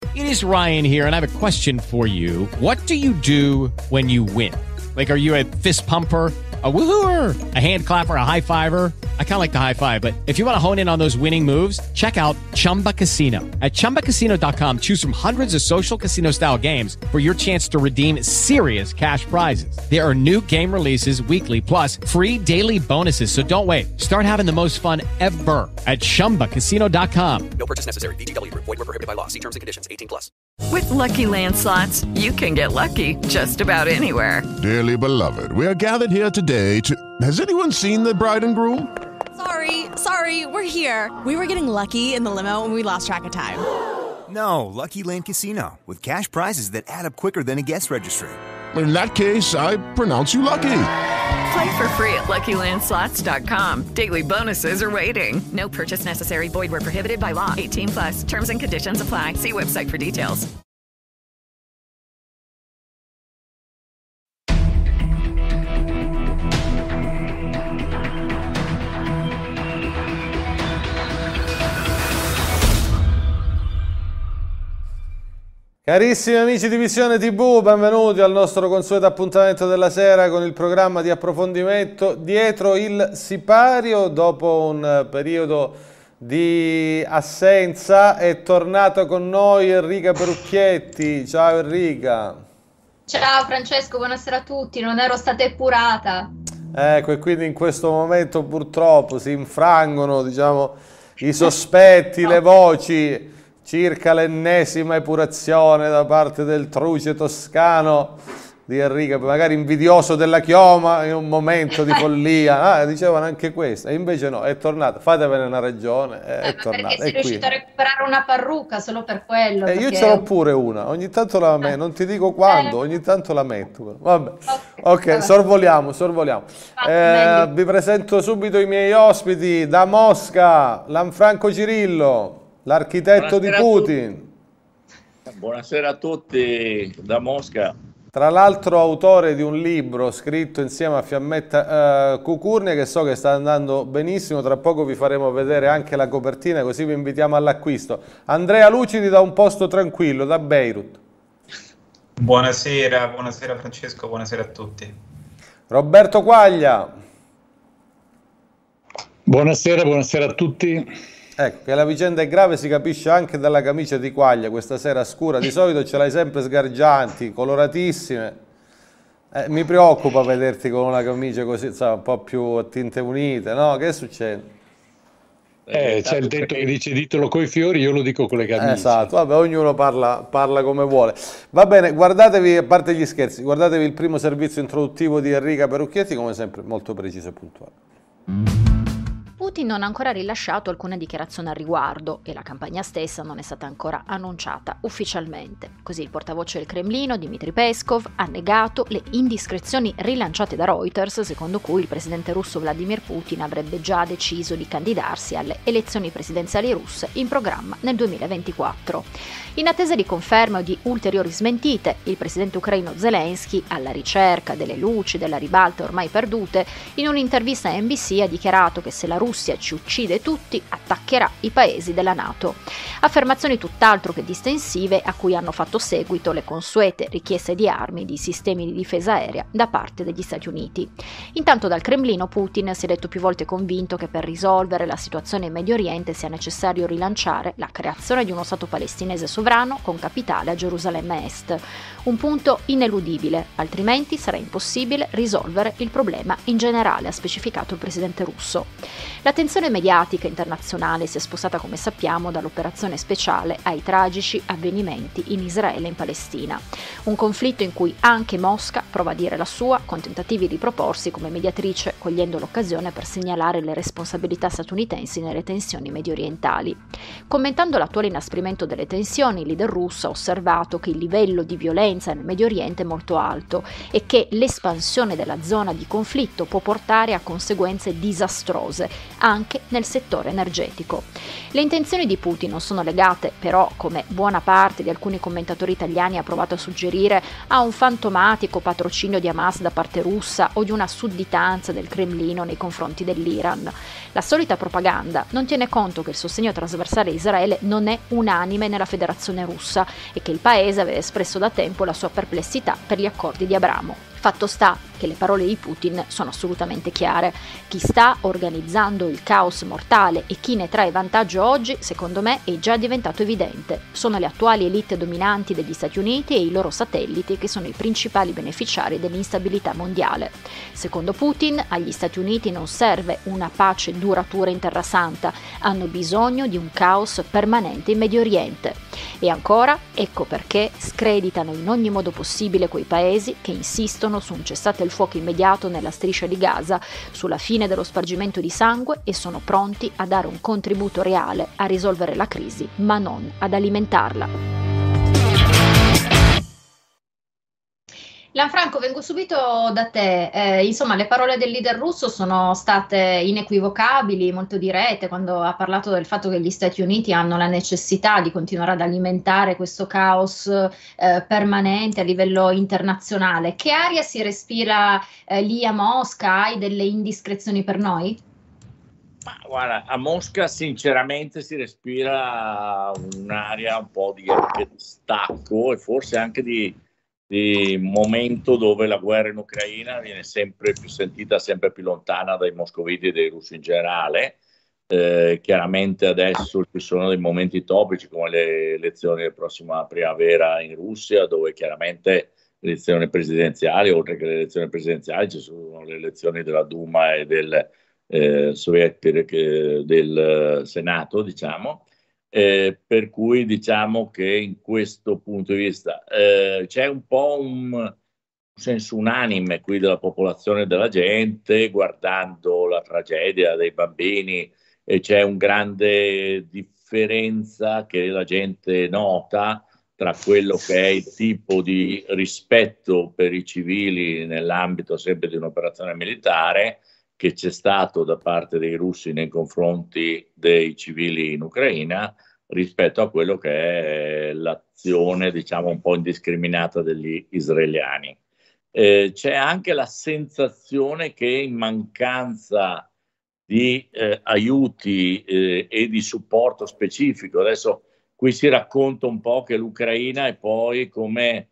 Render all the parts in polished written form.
It is Ryan here, and I have a question for you. What do you do when you win? Like, are you a fist pumper, a woohooer, a hand clapper, a high fiver? I kind of like the high five, but if you want to hone in on those winning moves, check out Chumba Casino. At ChumbaCasino.com, choose from hundreds of social casino style games for your chance to redeem serious cash prizes. There are new game releases weekly, plus free daily bonuses. So don't wait. Start having the most fun ever at ChumbaCasino.com. No purchase necessary. VGW Group. Void where prohibited by law. See terms and conditions. 18+. With Lucky Land Slots, you can get lucky just about anywhere. Dearly beloved, we are gathered here today to... Has anyone seen the bride and groom? Sorry, we're here. We were getting lucky in the limo and we lost track of time. No, Lucky Land Casino, with cash prizes that add up quicker than a guest registry. In that case, I pronounce you lucky. Play for free at LuckyLandSlots.com. Daily bonuses are waiting. No purchase necessary. Void where prohibited by law. 18+. Terms and conditions apply. See website for details. Carissimi amici di Visione TV, benvenuti al nostro consueto appuntamento della sera con il programma di approfondimento Dietro il Sipario. Dopo un periodo di assenza è tornato con noi Enrica Perucchietti. Ciao Enrica. Ciao Francesco, buonasera a tutti, non ero stata epurata. Ecco, e quindi in questo momento purtroppo si infrangono, diciamo, i sospetti, le voci circa l'ennesima epurazione da parte del truce toscano di Enrica, magari invidioso della chioma in un momento di follia. Dicevano anche questo, e invece no, è tornata. Fatevene una ragione, è tornata. Perché sei riuscito a recuperare una parrucca solo per quello. Perché... Io ce l'ho pure una, ogni tanto la metto, non ti dico quando, ogni tanto la metto. Vabbè. Ok, sorvoliamo. Vi presento subito i miei ospiti da Mosca, Lanfranco Cirillo, l'architetto di Putin. Buonasera a tutti da Mosca. Tra l'altro autore di un libro scritto insieme a Fiammetta Cucurnia, che so che sta andando benissimo. Tra poco vi faremo vedere anche la copertina, così vi invitiamo all'acquisto. Andrea Lucidi da Un Posto Tranquillo, da Beirut. Buonasera Francesco, buonasera a tutti. Roberto Quaglia. Buonasera a tutti. Ecco, che la vicenda è grave si capisce anche dalla camicia di Quaglia, questa sera scura. Di solito ce l'hai sempre sgargianti, coloratissime. Mi preoccupa vederti con una camicia così, insomma, un po' più a tinte unite, no? Che succede? C'è il detto che dice ditelo coi fiori, io lo dico con le camicie. Esatto, vabbè, ognuno parla come vuole. Va bene, guardatevi, a parte gli scherzi, guardatevi il primo servizio introduttivo di Enrica Perucchietti, come sempre molto preciso e puntuale. Putin non ha ancora rilasciato alcuna dichiarazione al riguardo e la campagna stessa non è stata ancora annunciata ufficialmente. Così il portavoce del Cremlino, Dmitry Peskov, ha negato le indiscrezioni rilanciate da Reuters, secondo cui il presidente russo Vladimir Putin avrebbe già deciso di candidarsi alle elezioni presidenziali russe in programma nel 2024. In attesa di conferme o di ulteriori smentite, il presidente ucraino Zelensky, alla ricerca delle luci della ribalta ormai perdute, in un'intervista a NBC ha dichiarato che se la Russia ci uccide tutti, attaccherà i paesi della NATO. Affermazioni tutt'altro che distensive a cui hanno fatto seguito le consuete richieste di armi e di sistemi di difesa aerea da parte degli Stati Uniti. Intanto dal Cremlino Putin si è detto più volte convinto che per risolvere la situazione in Medio Oriente sia necessario rilanciare la creazione di uno Stato palestinese sovrano con capitale a Gerusalemme Est. Un punto ineludibile, altrimenti sarà impossibile risolvere il problema in generale, ha specificato il presidente russo. L'attenzione mediatica internazionale si è spostata, come sappiamo, dall'operazione speciale ai tragici avvenimenti in Israele e in Palestina. Un conflitto in cui anche Mosca prova a dire la sua, con tentativi di proporsi come mediatrice, cogliendo l'occasione per segnalare le responsabilità statunitensi nelle tensioni mediorientali. Commentando l'attuale inasprimento delle tensioni, il leader russo ha osservato che il livello di violenza nel Medio Oriente è molto alto e che l'espansione della zona di conflitto può portare a conseguenze disastrose, anche nel settore energetico. Le intenzioni di Putin non sono legate però, come buona parte di alcuni commentatori italiani ha provato a suggerire, a un fantomatico patrocinio di Hamas da parte russa o di una sudditanza del Cremlino nei confronti dell'Iran. La solita propaganda non tiene conto che il sostegno trasversale a Israele non è unanime nella Federazione russa e che il paese aveva espresso da tempo la sua perplessità per gli accordi di Abramo. Fatto sta che le parole di Putin sono assolutamente chiare. Chi sta organizzando il caos mortale e chi ne trae vantaggio oggi, secondo me, è già diventato evidente. Sono le attuali elite dominanti degli Stati Uniti e i loro satelliti che sono i principali beneficiari dell'instabilità mondiale. Secondo Putin, agli Stati Uniti non serve una pace duratura in Terra Santa, hanno bisogno di un caos permanente in Medio Oriente. E ancora, ecco perché screditano in ogni modo possibile quei paesi che insistono su un cessate il fuoco immediato nella striscia di Gaza, sulla fine dello spargimento di sangue e sono pronti a dare un contributo reale a risolvere la crisi, ma non ad alimentarla. Lanfranco, vengo subito da te. Insomma, le parole del leader russo sono state inequivocabili, molto dirette, quando ha parlato del fatto che gli Stati Uniti hanno la necessità di continuare ad alimentare questo caos permanente a livello internazionale. Che aria si respira lì a Mosca? Hai delle indiscrezioni per noi? Ma guarda, a Mosca sinceramente si respira un'aria un po' di stacco e forse anche di momento dove la guerra in Ucraina viene sempre più sentita, sempre più lontana dai moscoviti e dai russi in generale. Chiaramente adesso ci sono dei momenti topici come le elezioni della prossima primavera in Russia, dove chiaramente le elezioni presidenziali, oltre che le elezioni presidenziali, ci sono le elezioni della Duma e del del Senato, diciamo. Per cui diciamo che in questo punto di vista c'è un po' un senso unanime qui della popolazione e della gente, guardando la tragedia dei bambini, e c'è una grande differenza che la gente nota tra quello che è il tipo di rispetto per i civili nell'ambito sempre di un'operazione militare che c'è stato da parte dei russi nei confronti dei civili in Ucraina rispetto a quello che è l'azione, diciamo, un po' indiscriminata degli israeliani. C'è anche la sensazione che in mancanza di aiuti e di supporto specifico, adesso qui si racconta un po' che l'Ucraina è poi come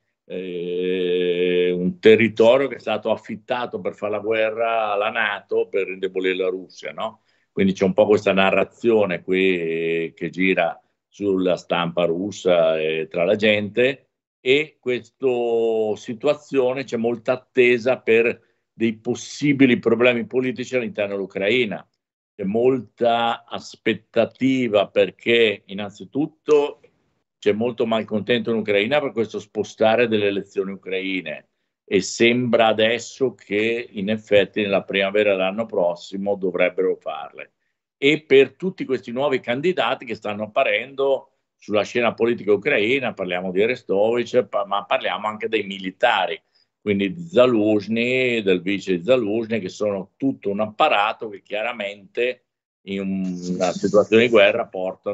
un territorio che è stato affittato per fare la guerra alla NATO per indebolire la Russia, no? Quindi c'è un po' questa narrazione qui che gira sulla stampa russa e tra la gente, e questa situazione c'è molta attesa per dei possibili problemi politici all'interno dell'Ucraina. C'è molta aspettativa perché innanzitutto c'è molto malcontento in Ucraina per questo spostare delle elezioni ucraine e sembra adesso che in effetti nella primavera dell'anno prossimo dovrebbero farle. E per tutti questi nuovi candidati che stanno apparendo sulla scena politica ucraina, parliamo di Arestovich, ma parliamo anche dei militari, quindi di Zaluzhny, del vice Zaluzhny, che sono tutto un apparato che chiaramente in una situazione di guerra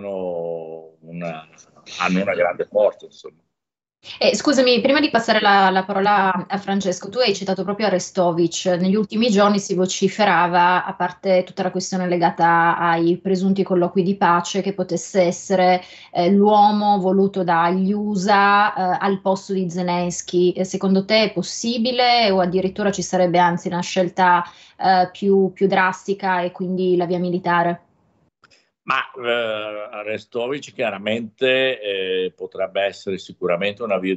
hanno una grande forza, insomma. Scusami, prima di passare la parola a Francesco, tu hai citato proprio Arestovich. Negli ultimi giorni si vociferava, a parte tutta la questione legata ai presunti colloqui di pace, che potesse essere l'uomo voluto dagli USA al posto di Zelensky. Secondo te è possibile o addirittura ci sarebbe anzi una scelta più drastica e quindi la via militare? Ma Arestovich chiaramente potrebbe essere sicuramente una via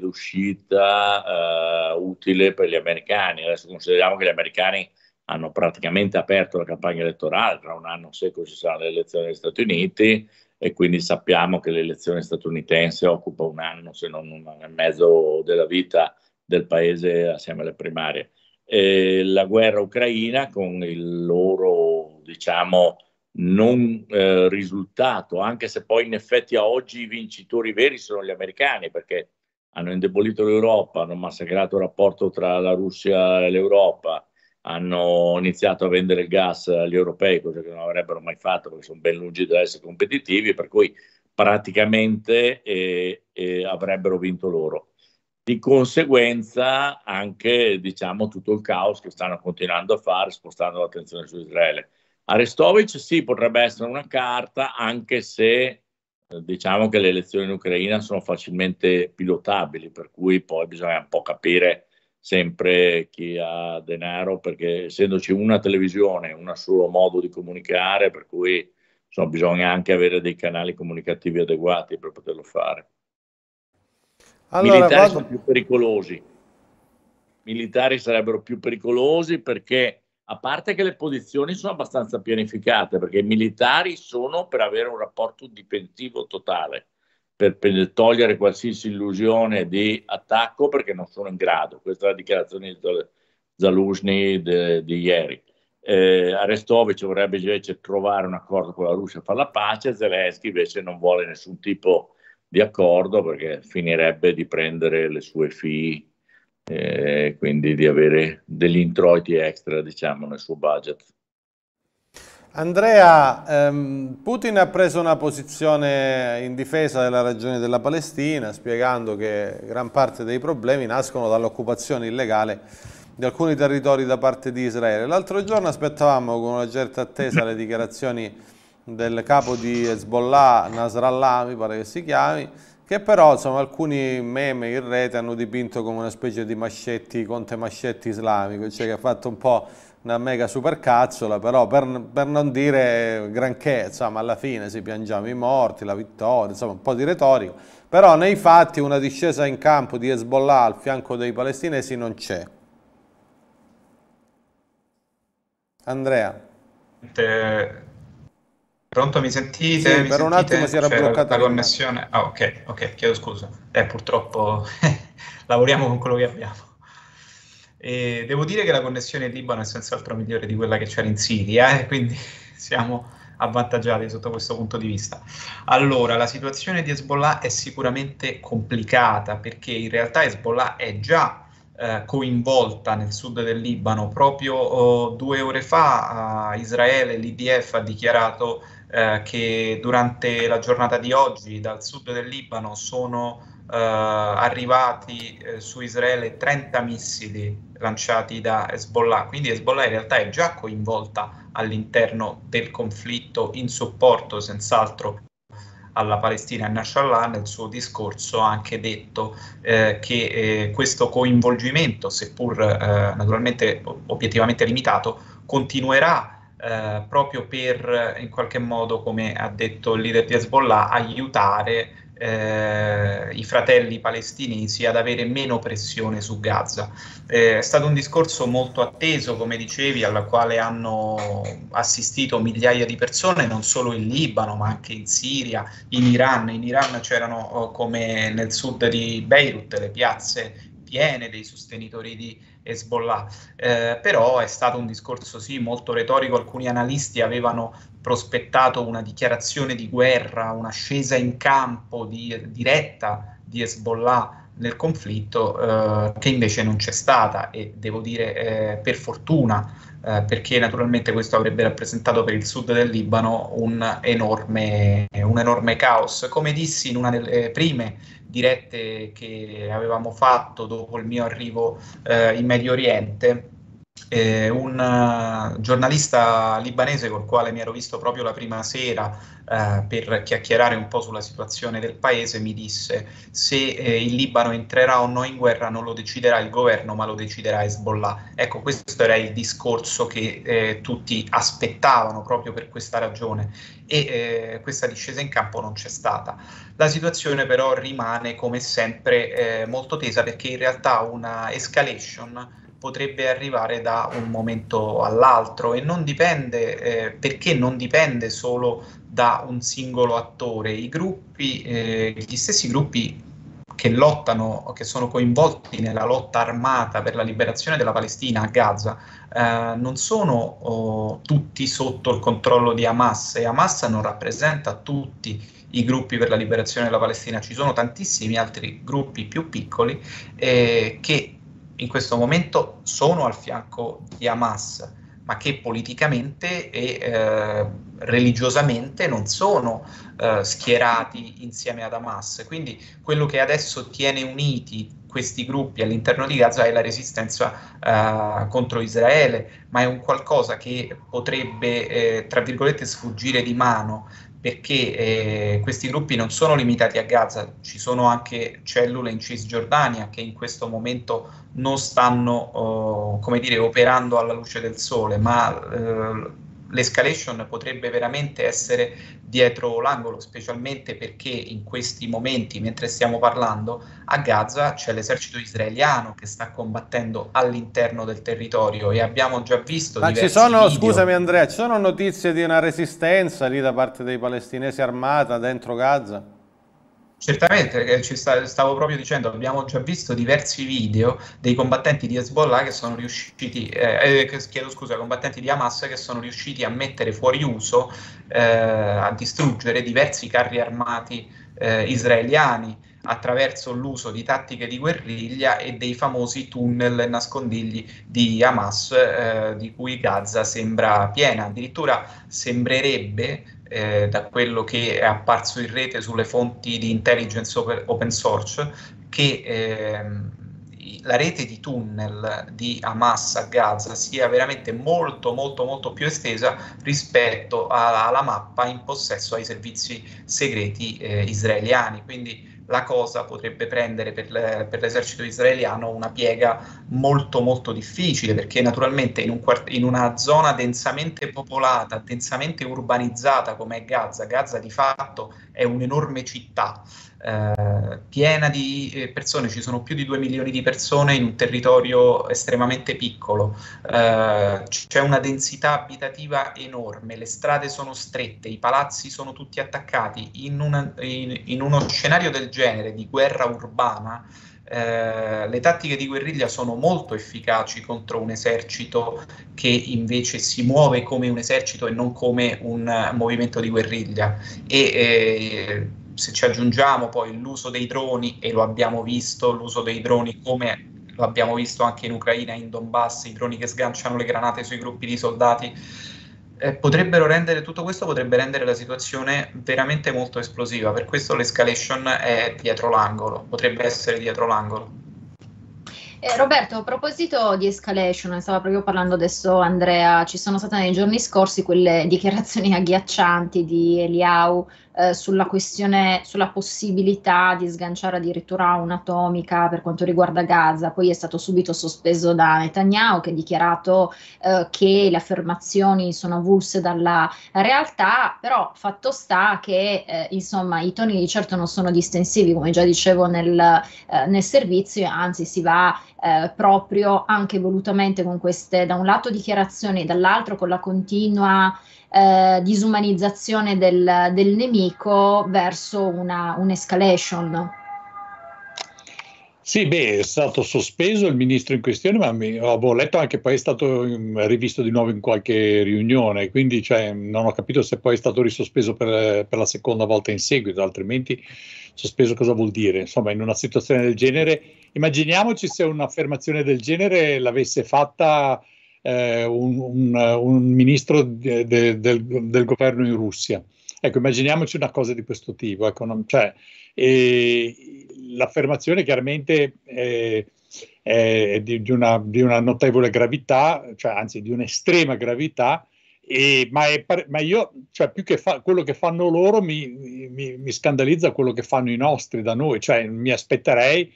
d'uscita utile per gli americani. Adesso consideriamo che gli americani hanno praticamente aperto la campagna elettorale, tra un anno secco ci saranno le elezioni negli Stati Uniti e quindi sappiamo che l'elezione statunitense occupa un anno, se non un anno e mezzo della vita del paese assieme alle primarie. La guerra ucraina con il loro, diciamo, non risultato, anche se poi in effetti a oggi i vincitori veri sono gli americani, perché hanno indebolito l'Europa, hanno massacrato il rapporto tra la Russia e l'Europa, hanno iniziato a vendere il gas agli europei, cosa che non avrebbero mai fatto perché sono ben lungi da essere competitivi, per cui praticamente avrebbero vinto loro. Di conseguenza anche, diciamo, tutto il caos che stanno continuando a fare, spostando l'attenzione su Israele. Arestovic sì, potrebbe essere una carta, anche se diciamo che le elezioni in Ucraina sono facilmente pilotabili, per cui poi bisogna un po' capire sempre chi ha denaro, perché essendoci una televisione, un solo modo di comunicare, per cui insomma, bisogna anche avere dei canali comunicativi adeguati per poterlo fare. Allora, Militari sono più pericolosi. Militari sarebbero più pericolosi perché, a parte che le posizioni sono abbastanza pianificate, perché i militari sono per avere un rapporto difensivo totale, per togliere qualsiasi illusione di attacco, perché non sono in grado. Questa è la dichiarazione di Zaluzhny di ieri. Arestovic vorrebbe invece trovare un accordo con la Russia e fare la pace, Zelensky invece non vuole nessun tipo di accordo perché finirebbe di prendere le sue fee, quindi di avere degli introiti extra, diciamo, nel suo budget. Andrea, Putin ha preso una posizione in difesa della ragione della Palestina, spiegando che gran parte dei problemi nascono dall'occupazione illegale di alcuni territori da parte di Israele. L'altro giorno aspettavamo con una certa attesa le dichiarazioni del capo di Hezbollah, Nasrallah, mi pare che si chiami, che però insomma, alcuni meme in rete hanno dipinto come una specie di Mascetti, Conte Mascetti islamico, cioè che ha fatto un po' una mega supercazzola, però per non dire granché, insomma alla fine si piangiamo i morti, la vittoria, insomma un po' di retorica, però nei fatti una discesa in campo di Hezbollah al fianco dei palestinesi non c'è. Andrea? Pronto, mi sentite? Sì, mi per un sentite? attimo si era C'era bloccata la connessione. Ah, ok, chiedo scusa. Purtroppo lavoriamo con quello che abbiamo. E devo dire che la connessione in Libano è senz'altro migliore di quella che c'era in Siria, quindi siamo avvantaggiati sotto questo punto di vista. Allora, la situazione di Hezbollah è sicuramente complicata perché in realtà Hezbollah è già coinvolta nel sud del Libano. Proprio 2 ore fa Israele, l'IDF, ha dichiarato che durante la giornata di oggi dal sud del Libano sono arrivati su Israele 30 missili lanciati da Hezbollah, quindi Hezbollah in realtà è già coinvolta all'interno del conflitto in supporto senz'altro alla Palestina. Nasrallah nel suo discorso ha anche detto che questo coinvolgimento, seppur naturalmente obiettivamente limitato, continuerà proprio per in qualche modo, come ha detto il leader di Hezbollah, aiutare i fratelli palestinesi ad avere meno pressione su Gaza. È stato un discorso molto atteso, come dicevi, alla quale hanno assistito migliaia di persone, non solo in Libano ma anche in Siria, in Iran. In Iran c'erano, come nel sud di Beirut, le piazze piene dei sostenitori di Hezbollah, però è stato un discorso sì molto retorico. Alcuni analisti avevano prospettato una dichiarazione di guerra, una scesa in campo diretta di Hezbollah nel conflitto, che invece non c'è stata, e devo dire per fortuna, perché naturalmente questo avrebbe rappresentato per il sud del Libano un enorme caos. Come dissi in una delle prime dirette che avevamo fatto dopo il mio arrivo in Medio Oriente, un giornalista libanese col quale mi ero visto proprio la prima sera per chiacchierare un po' sulla situazione del paese mi disse: se il Libano entrerà o no in guerra non lo deciderà il governo ma lo deciderà Hezbollah. Ecco, questo era il discorso che tutti aspettavano proprio per questa ragione, e questa discesa in campo non c'è stata. La situazione però rimane come sempre molto tesa, perché in realtà una escalation potrebbe arrivare da un momento all'altro, e non dipende, perché non dipende solo da un singolo attore. I gruppi, gli stessi gruppi che lottano, che sono coinvolti nella lotta armata per la liberazione della Palestina a Gaza, non sono tutti sotto il controllo di Hamas, e Hamas non rappresenta tutti i gruppi per la liberazione della Palestina. Ci sono tantissimi altri gruppi più piccoli che in questo momento sono al fianco di Hamas, ma che politicamente e religiosamente non sono schierati insieme ad Hamas. Quindi quello che adesso tiene uniti questi gruppi all'interno di Gaza è la resistenza contro Israele, ma è un qualcosa che potrebbe, tra virgolette, sfuggire di mano, perché questi gruppi non sono limitati a Gaza, ci sono anche cellule in Cisgiordania che in questo momento non stanno, come dire, operando alla luce del sole, ma l'escalation potrebbe veramente essere dietro l'angolo, specialmente perché in questi momenti, mentre stiamo parlando, a Gaza c'è l'esercito israeliano che sta combattendo all'interno del territorio e abbiamo già visto diversi video. Scusami Andrea, ci sono notizie di una resistenza lì da parte dei palestinesi armata dentro Gaza? Certamente, stavo proprio dicendo, abbiamo già visto diversi video dei combattenti di Hezbollah che sono riusciti, combattenti di Hamas che sono riusciti a mettere fuori uso, a distruggere diversi carri armati israeliani attraverso l'uso di tattiche di guerriglia e dei famosi tunnel e nascondigli di Hamas, di cui Gaza sembra piena. Addirittura sembrerebbe, da quello che è apparso in rete sulle fonti di intelligence open source, che la rete di tunnel di Hamas a Gaza sia veramente molto più estesa rispetto alla mappa in possesso ai servizi segreti israeliani. Quindi la cosa potrebbe prendere per l'esercito israeliano una piega molto difficile, perché naturalmente in una zona densamente popolata, densamente urbanizzata come è Gaza di fatto è un'enorme città piena di persone, ci sono più di 2 milioni di persone in un territorio estremamente piccolo, c'è una densità abitativa enorme, le strade sono strette, i palazzi sono tutti attaccati. In uno scenario del genere di guerra urbana, le tattiche di guerriglia sono molto efficaci contro un esercito che invece si muove come un esercito e non come un movimento di guerriglia. E se ci aggiungiamo poi l'uso dei droni, e lo abbiamo visto, l'uso dei droni come lo abbiamo visto anche in Ucraina, in Donbass, i droni che sganciano le granate sui gruppi di soldati, tutto questo potrebbe rendere la situazione veramente molto esplosiva. Per questo l'escalation è dietro l'angolo, potrebbe essere dietro l'angolo. Roberto, a proposito di escalation, stava proprio parlando adesso Andrea, ci sono state nei giorni scorsi quelle dichiarazioni agghiaccianti di Eliyahu sulla questione, sulla possibilità di sganciare addirittura un'atomica per quanto riguarda Gaza. Poi è stato subito sospeso da Netanyahu, che ha dichiarato che le affermazioni sono avulse dalla realtà, però fatto sta che insomma i toni di certo non sono distensivi, come già dicevo nel servizio, anzi si va proprio anche volutamente con queste, da un lato dichiarazioni, dall'altro con la continua disumanizzazione del nemico verso un'escalation. Sì, è stato sospeso il ministro in questione, ma avevo letto anche poi è stato rivisto di nuovo in qualche riunione, quindi non ho capito se poi è stato risospeso per la seconda volta in seguito, altrimenti sospeso cosa vuol dire? Insomma, in una situazione del genere, immaginiamoci se un'affermazione del genere l'avesse fatta un ministro del governo in Russia. Ecco, immaginiamoci una cosa di questo tipo. Ecco, l'affermazione chiaramente è di una notevole gravità, anzi di un'estrema gravità, ma io, più che quello che fanno loro mi scandalizza quello che fanno i nostri da noi. Mi aspetterei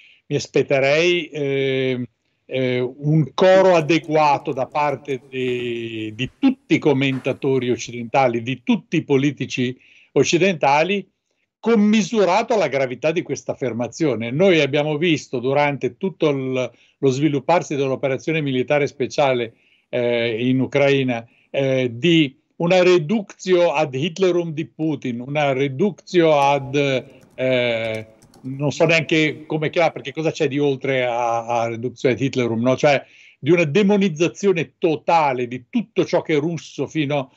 un coro adeguato da parte di tutti i commentatori occidentali, di tutti i politici occidentali, commisurato alla gravità di questa affermazione. Noi abbiamo visto durante tutto lo svilupparsi dell'operazione militare speciale in Ucraina di una reductio ad Hitlerum di Putin, una reductio ad non so neanche come chiamare, perché cosa c'è di oltre a reduzione ad Hitlerum, no? Di una demonizzazione totale di tutto ciò che è russo fino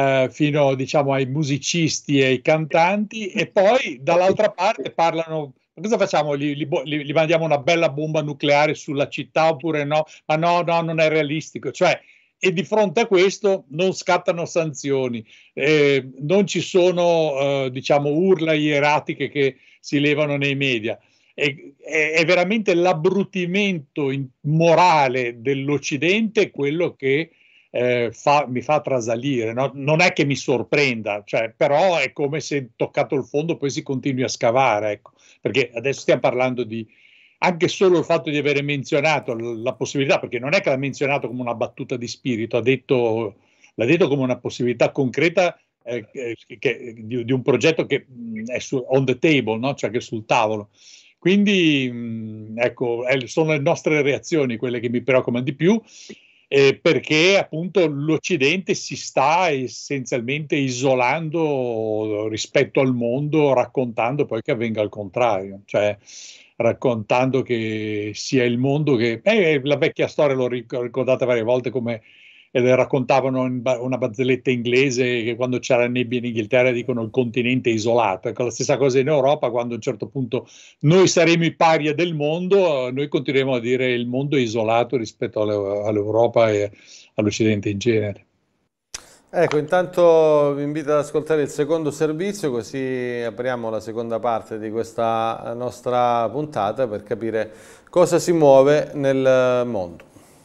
diciamo ai musicisti e ai cantanti, e poi dall'altra parte parlano Cosa facciamo? Gli mandiamo una bella bomba nucleare sulla città oppure no? Ma no, non è realistico. Cioè, e di fronte a questo non scattano sanzioni, non ci sono diciamo urla ieratiche che si levano nei media. È veramente l'abbrutimento morale dell'Occidente quello che mi fa trasalire, no? Non è che mi sorprenda, cioè, però è come se toccato il fondo poi si continui a scavare, ecco. Perché adesso stiamo parlando di anche solo il fatto di avere menzionato la possibilità, perché non è che l'ha menzionato come una battuta di spirito, l'ha detto come una possibilità concreta di un progetto che è on the table, no? Cioè che è sul tavolo. Quindi ecco, sono le nostre reazioni quelle che mi preoccupano di più, perché appunto l'Occidente si sta essenzialmente isolando rispetto al mondo, raccontando poi che avvenga il contrario, cioè raccontando che sia il mondo che... la vecchia storia l'ho ricordata varie volte, come raccontavano una barzelletta inglese che quando c'era nebbia in Inghilterra dicono il continente isolato. Ecco, la stessa cosa in Europa, quando a un certo punto noi saremo i paria del mondo, noi continueremo a dire il mondo è isolato rispetto all'Europa e all'Occidente in genere. Ecco, intanto vi invito ad ascoltare il secondo servizio, così apriamo la seconda parte di questa nostra puntata per capire cosa si muove nel mondo.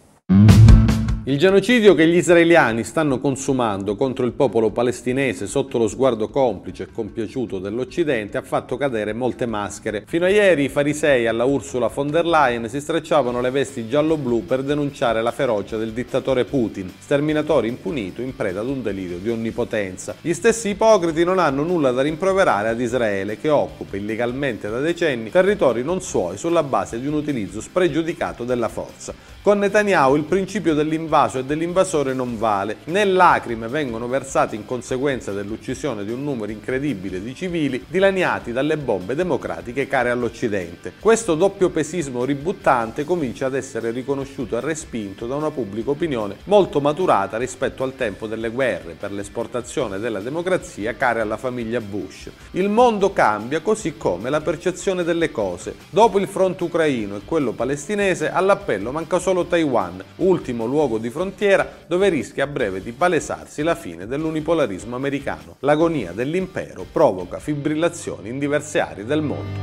Il genocidio che gli israeliani stanno consumando contro il popolo palestinese sotto lo sguardo complice e compiaciuto dell'Occidente ha fatto cadere molte maschere. Fino a ieri i farisei alla Ursula von der Leyen si stracciavano le vesti giallo-blu per denunciare la ferocia del dittatore Putin, sterminatore impunito in preda ad un delirio di onnipotenza. Gli stessi ipocriti non hanno nulla da rimproverare ad Israele, che occupa illegalmente da decenni territori non suoi sulla base di un utilizzo spregiudicato della forza. Con Netanyahu il principio dell'invaso e dell'invasore non vale, né lacrime vengono versate in conseguenza dell'uccisione di un numero incredibile di civili dilaniati dalle bombe democratiche care all'Occidente. Questo doppiopesismo ributtante comincia ad essere riconosciuto e respinto da una pubblica opinione molto maturata rispetto al tempo delle guerre per l'esportazione della democrazia care alla famiglia Bush. Il mondo cambia così come la percezione delle cose. Dopo il fronte ucraino e quello palestinese, all'appello manca solo Taiwan, ultimo luogo di frontiera dove rischia a breve di palesarsi la fine dell'unipolarismo americano. L'agonia dell'impero provoca fibrillazioni in diverse aree del mondo.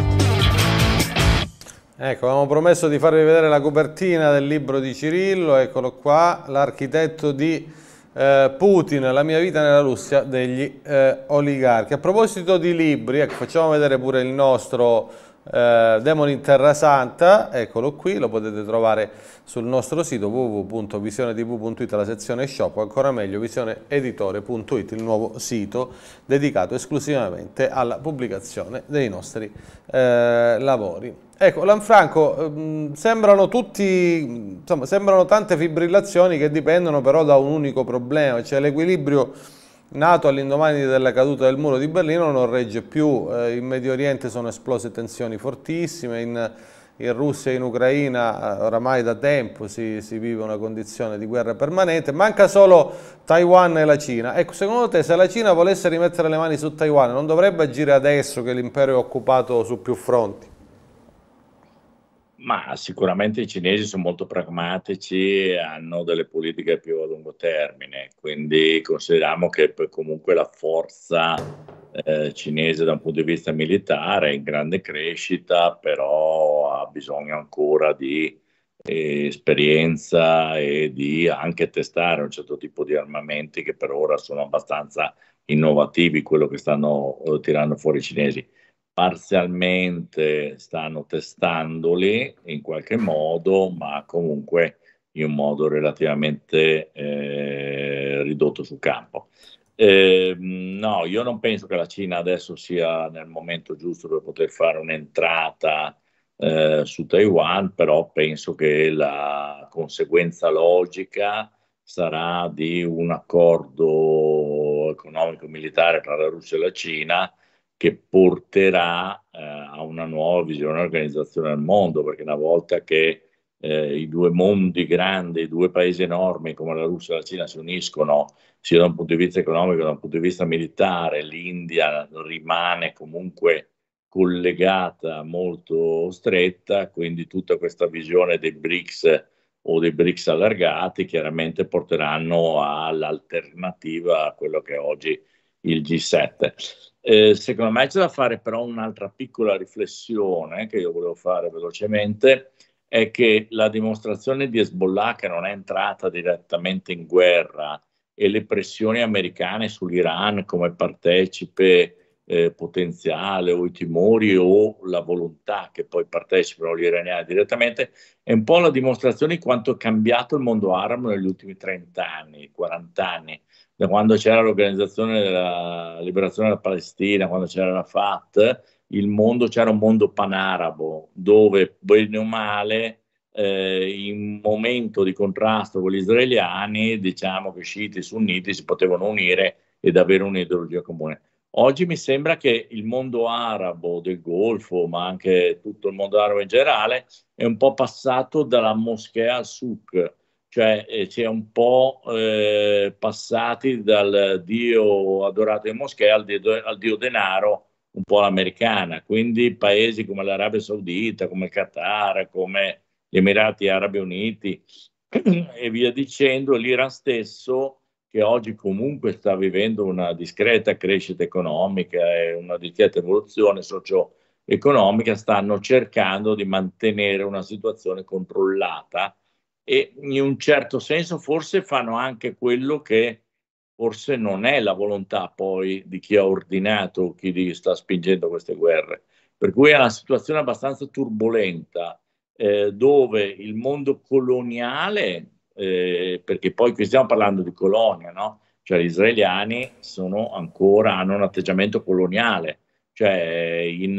Ecco, avevamo promesso di farvi vedere la copertina del libro di Cirillo, eccolo qua, l'architetto di Putin, la mia vita nella Russia degli oligarchi. A proposito di libri, ecco, facciamo vedere pure il nostro Demoni in Terra Santa, eccolo qui, lo potete trovare sul nostro sito www.visionetv.it, la sezione shop, o ancora meglio visioneeditore.it, il nuovo sito dedicato esclusivamente alla pubblicazione dei nostri lavori. Ecco, Lanfranco, sembrano tante fibrillazioni che dipendono però da un unico problema, cioè l'equilibrio nato all'indomani della caduta del muro di Berlino non regge più. In Medio Oriente sono esplose tensioni fortissime, in Russia e in Ucraina oramai da tempo si vive una condizione di guerra permanente, manca solo Taiwan e la Cina. Ecco, secondo te, se la Cina volesse rimettere le mani su Taiwan, non dovrebbe agire adesso che l'impero è occupato su più fronti? Ma sicuramente i cinesi sono molto pragmatici e hanno delle politiche più a lungo termine, quindi consideriamo che comunque la forza cinese da un punto di vista militare è in grande crescita, però ha bisogno ancora di esperienza e di anche testare un certo tipo di armamenti che per ora sono abbastanza innovativi, quello che stanno tirando fuori i cinesi. Parzialmente stanno testandoli in qualche modo, ma comunque in un modo relativamente ridotto sul campo. No, io non penso che la Cina adesso sia nel momento giusto per poter fare un'entrata su Taiwan, però penso che la conseguenza logica sarà di un accordo economico-militare tra la Russia e la Cina che porterà a una nuova visione e organizzazione del mondo, perché una volta che i due mondi grandi, i due paesi enormi come la Russia e la Cina si uniscono sia da un punto di vista economico che da un punto di vista militare, l'India rimane comunque collegata, molto stretta, quindi tutta questa visione dei BRICS o dei BRICS allargati chiaramente porteranno all'alternativa a quello che è oggi il G7. Secondo me c'è da fare però un'altra piccola riflessione che io volevo fare velocemente, è che la dimostrazione di Hezbollah, che non è entrata direttamente in guerra, e le pressioni americane sull'Iran come partecipe potenziale, o i timori o la volontà che poi partecipano gli iraniani direttamente, è un po' la dimostrazione di quanto è cambiato il mondo arabo negli ultimi 30 anni, 40 anni, da quando c'era l'Organizzazione della Liberazione della Palestina, quando c'era la FAT, c'era un mondo panarabo, dove bene o male in momento di contrasto con gli israeliani, diciamo che sciiti e sunniti si potevano unire ed avere un'ideologia comune. Oggi mi sembra che il mondo arabo del Golfo, ma anche tutto il mondo arabo in generale, è un po' passato dalla moschea al souk, cioè si è un po' passati dal dio adorato in moschea al dio denaro, un po' l'americana. Quindi paesi come l'Arabia Saudita, come il Qatar, come gli Emirati Arabi Uniti e via dicendo, l'Iran stesso, che oggi comunque sta vivendo una discreta crescita economica e una discreta evoluzione socio-economica, stanno cercando di mantenere una situazione controllata e in un certo senso forse fanno anche quello che forse non è la volontà poi di chi ha ordinato, chi sta spingendo queste guerre. Per cui è una situazione abbastanza turbolenta, dove il mondo coloniale, perché poi qui stiamo parlando di colonia, no? Cioè gli israeliani hanno un atteggiamento coloniale, cioè in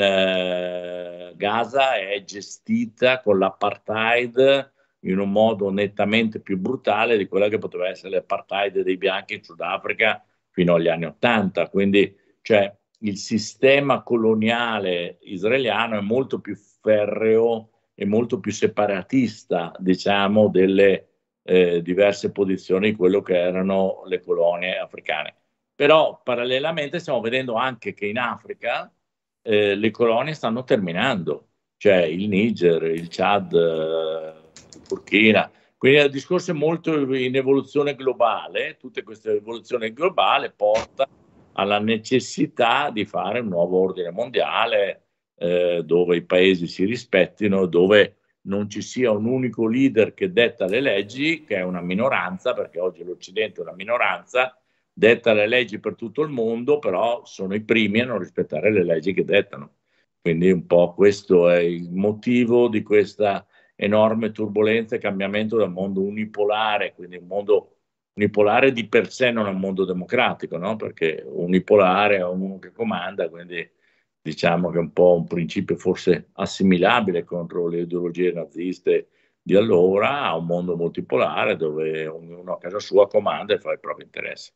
Gaza è gestita con l'apartheid in un modo nettamente più brutale di quella che poteva essere l'apartheid dei bianchi in Sudafrica fino agli anni *80. Quindi cioè, il sistema coloniale israeliano è molto più ferreo e molto più separatista, diciamo, delle diverse posizioni di quello che erano le colonie africane. Però parallelamente stiamo vedendo anche che in Africa le colonie stanno terminando, cioè il Niger, il Chad, il Burkina. Quindi il discorso è molto in evoluzione globale. Tutte queste evoluzioni globali portano alla necessità di fare un nuovo ordine mondiale dove i paesi si rispettino, dove non ci sia un unico leader che detta le leggi, che è una minoranza, perché oggi l'Occidente è una minoranza, detta le leggi per tutto il mondo, però sono i primi a non rispettare le leggi che dettano. Quindi un po' questo è il motivo di questa enorme turbolenza e cambiamento del mondo unipolare. Quindi un mondo unipolare di per sé non è un mondo democratico, no? Perché unipolare è uno che comanda, quindi diciamo che è un po' un principio forse assimilabile contro le ideologie naziste di allora a un mondo multipolare dove ognuno a casa sua comanda e fa i propri interessi.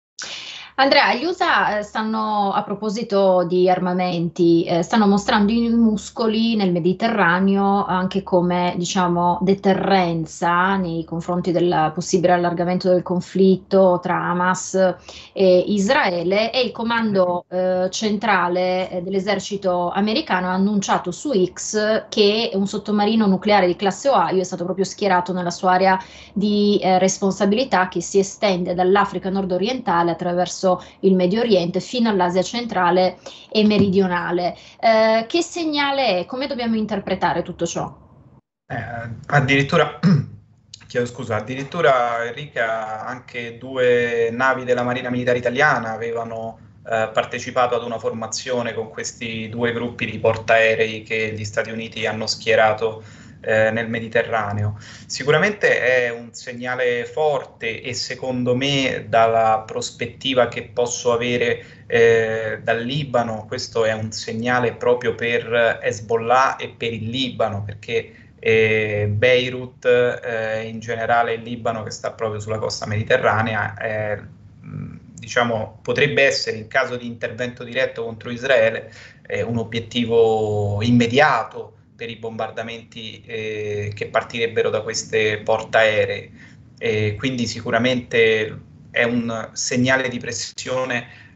Andrea, gli USA stanno, a proposito di armamenti, stanno mostrando i muscoli nel Mediterraneo anche come, diciamo, deterrenza nei confronti del possibile allargamento del conflitto tra Hamas e Israele, e il comando centrale dell'esercito americano ha annunciato su X che un sottomarino nucleare di classe Ohio è stato proprio schierato nella sua area di responsabilità, che si estende dall'Africa nord-orientale attraverso il Medio Oriente fino all'Asia centrale e meridionale. Che segnale è? Come dobbiamo interpretare tutto ciò? Addirittura Enrica, anche 2 navi della Marina Militare Italiana avevano partecipato ad una formazione con questi 2 gruppi di portaerei che gli Stati Uniti hanno schierato nel Mediterraneo. Sicuramente è un segnale forte, e secondo me dalla prospettiva che posso avere dal Libano, questo è un segnale proprio per Hezbollah e per il Libano, perché Beirut, in generale il Libano che sta proprio sulla costa mediterranea, diciamo, potrebbe essere, in caso di intervento diretto contro Israele, un obiettivo immediato per i bombardamenti che partirebbero da queste portaerei. Quindi sicuramente è un segnale di pressione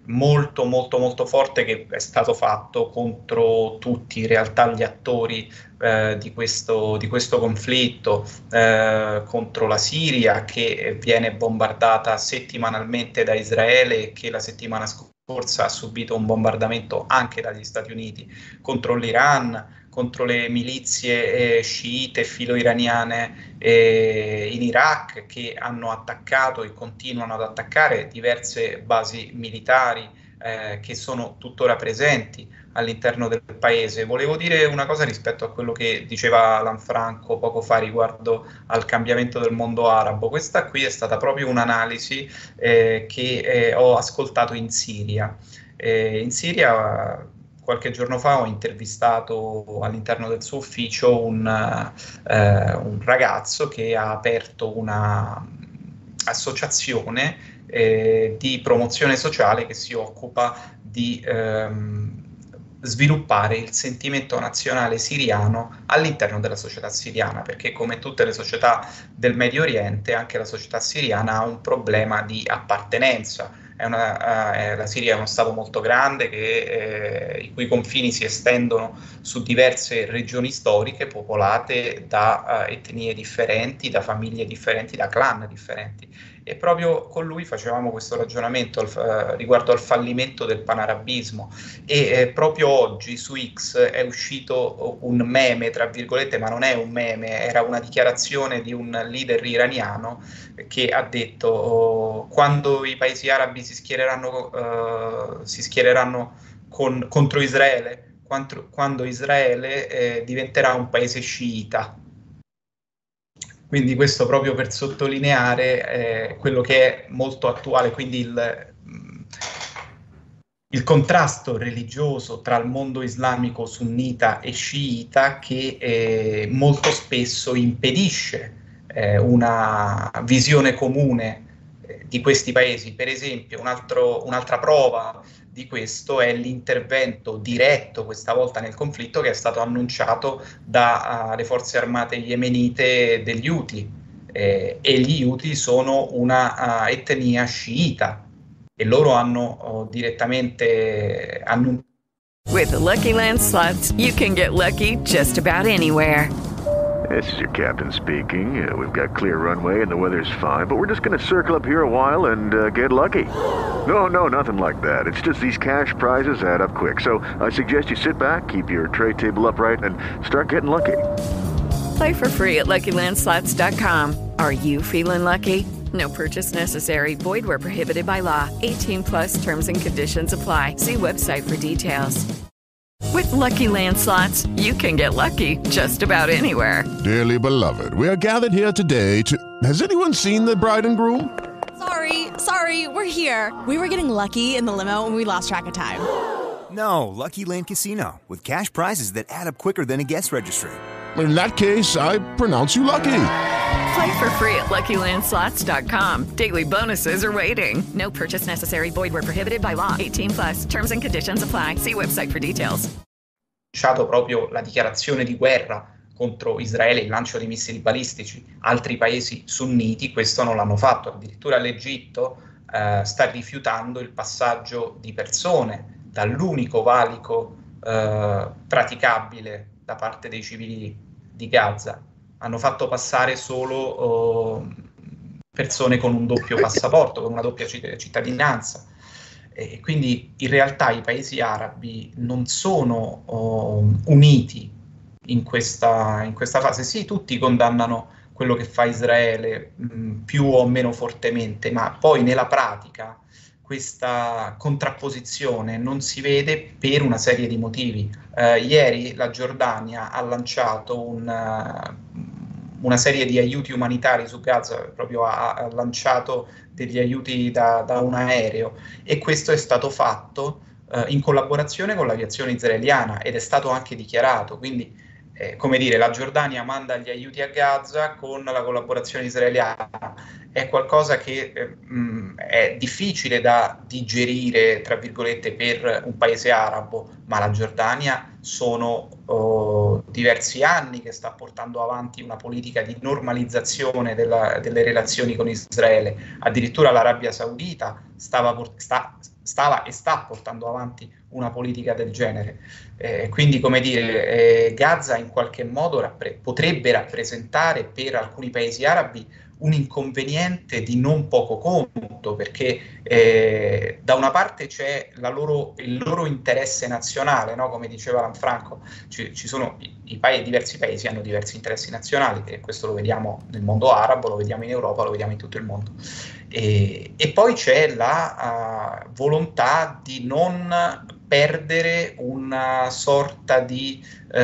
molto molto molto forte che è stato fatto contro tutti in realtà gli attori di questo conflitto, contro la Siria, che viene bombardata settimanalmente da Israele e che la settimana scorsa ha subito un bombardamento anche dagli Stati Uniti, contro l'Iran, contro le milizie sciite filo-iraniane in Iraq, che hanno attaccato e continuano ad attaccare diverse basi militari che sono tuttora presenti all'interno del paese. Volevo dire una cosa rispetto a quello che diceva Lanfranco poco fa riguardo al cambiamento del mondo arabo. Questa qui è stata proprio un'analisi che ho ascoltato in Siria. In Siria qualche giorno fa ho intervistato all'interno del suo ufficio un ragazzo che ha aperto una associazione di promozione sociale che si occupa di sviluppare il sentimento nazionale siriano all'interno della società siriana, perché come tutte le società del Medio Oriente anche la società siriana ha un problema di appartenenza. La Siria è uno stato molto grande i cui confini si estendono su diverse regioni storiche popolate da etnie differenti, da famiglie differenti, da clan differenti. E proprio con lui facevamo questo ragionamento riguardo al fallimento del panarabismo e proprio oggi su X è uscito un meme, tra virgolette, ma non è un meme, era una dichiarazione di un leader iraniano che ha detto quando i paesi arabi si schiereranno contro Israele, quando Israele diventerà un paese sciita. Quindi questo proprio per sottolineare quello che è molto attuale, quindi il contrasto religioso tra il mondo islamico sunnita e sciita che molto spesso impedisce una visione comune di questi paesi. Per esempio, un'altra prova di questo è l'intervento diretto questa volta nel conflitto che è stato annunciato dalle forze armate yemenite degli Houthi e gli Houthi sono una etnia sciita e loro hanno direttamente annunciato. With the Lucky Land Slots, you can get lucky just about anywhere. This is your captain speaking. We've got clear runway and the weather's fine, but we're just going to circle up here a while and get lucky. No, nothing like that. It's just these cash prizes add up quick. So I suggest you sit back, keep your tray table upright, and start getting lucky. Play for free at LuckyLandSlots.com. Are you feeling lucky? No purchase necessary. Void where prohibited by law. 18+ terms and conditions apply. See website for details. With Lucky Land Slots, you can get lucky just about anywhere. Dearly beloved, we are gathered here today to... Has anyone seen the bride and groom? Sorry, we're here. We were getting lucky in the limo and we lost track of time. No, Lucky Land Casino, with cash prizes that add up quicker than a guest registry. In that case, I pronounce you lucky. Play for free at LuckyLandSlots.com. Daily bonuses are waiting. No purchase necessary. Void where prohibited by law. 18+. Terms and conditions apply. See website for details. Proprio la dichiarazione di guerra contro Israele, il lancio di missili balistici. Altri paesi sunniti questo non l'hanno fatto. Addirittura l'Egitto sta rifiutando il passaggio di persone dall'unico valico praticabile da parte dei civili di Gaza. Hanno fatto passare solo persone con un doppio passaporto, con una doppia cittadinanza. E quindi in realtà i paesi arabi non sono uniti in questa fase. Sì, tutti condannano quello che fa Israele più o meno fortemente, ma poi nella pratica questa contrapposizione non si vede per una serie di motivi. Ieri la Giordania ha lanciato una serie di aiuti umanitari su Gaza, proprio ha lanciato degli aiuti da un aereo, e questo è stato fatto in collaborazione con l'aviazione israeliana ed è stato anche dichiarato. Quindi come dire, la Giordania manda gli aiuti a Gaza con la collaborazione israeliana. È qualcosa che è difficile da digerire, tra virgolette, per un paese arabo, ma la Giordania sono diversi anni che sta portando avanti una politica di normalizzazione delle relazioni con Israele. Addirittura l'Arabia Saudita sta stava e sta portando avanti una politica del genere. Quindi, come dire, Gaza in qualche modo potrebbe rappresentare per alcuni paesi arabi un inconveniente di non poco conto, perché da una parte c'è il loro interesse nazionale, no? Come diceva Lanfranco, ci sono diversi paesi hanno diversi interessi nazionali, e questo lo vediamo nel mondo arabo, lo vediamo in Europa, lo vediamo in tutto il mondo. E poi c'è la volontà di non perdere una sorta di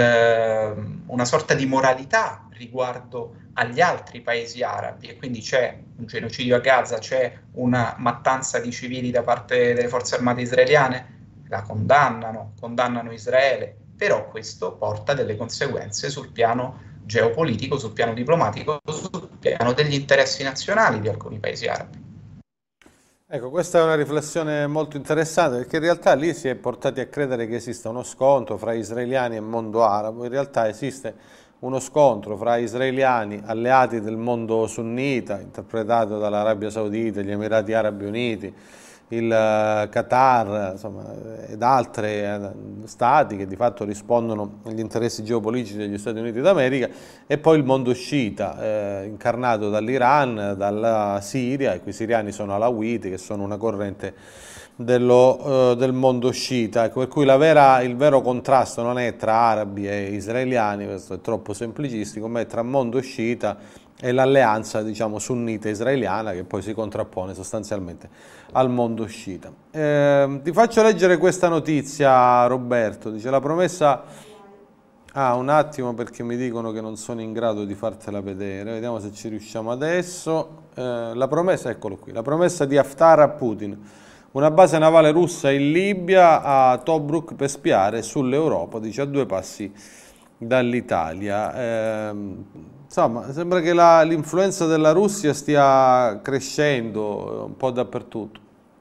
moralità riguardo agli altri paesi arabi, e quindi c'è un genocidio a Gaza, c'è una mattanza di civili da parte delle forze armate israeliane, la condannano Israele, però questo porta delle conseguenze sul piano geopolitico, sul piano diplomatico, sul piano degli interessi nazionali di alcuni paesi arabi. Ecco, questa è una riflessione molto interessante, perché in realtà lì si è portati a credere che esista uno scontro fra israeliani e mondo arabo. In realtà esiste uno scontro fra israeliani alleati del mondo sunnita, interpretato dall'Arabia Saudita, gli Emirati Arabi Uniti, il Qatar, insomma, ed altri stati che di fatto rispondono agli interessi geopolitici degli Stati Uniti d'America, e poi il mondo sciita, incarnato dall'Iran, dalla Siria, e quei siriani sono alawiti, che sono una corrente del mondo sciita, ecco, per cui il vero contrasto non è tra arabi e israeliani, questo è troppo semplicistico, ma è tra mondo sciita e l'alleanza, diciamo, sunnita israeliana, che poi si contrappone sostanzialmente al mondo sciita. Ti faccio leggere questa notizia, Roberto, dice la promessa... un attimo, perché mi dicono che non sono in grado di fartela vedere, vediamo se ci riusciamo adesso. La promessa, eccolo qui, la promessa di Haftar a Putin: una base navale russa in Libia a Tobruk per spiare sull'Europa, dice, a 2 passi dall'Italia. Insomma, sembra che l'influenza della Russia stia crescendo un po' dappertutto.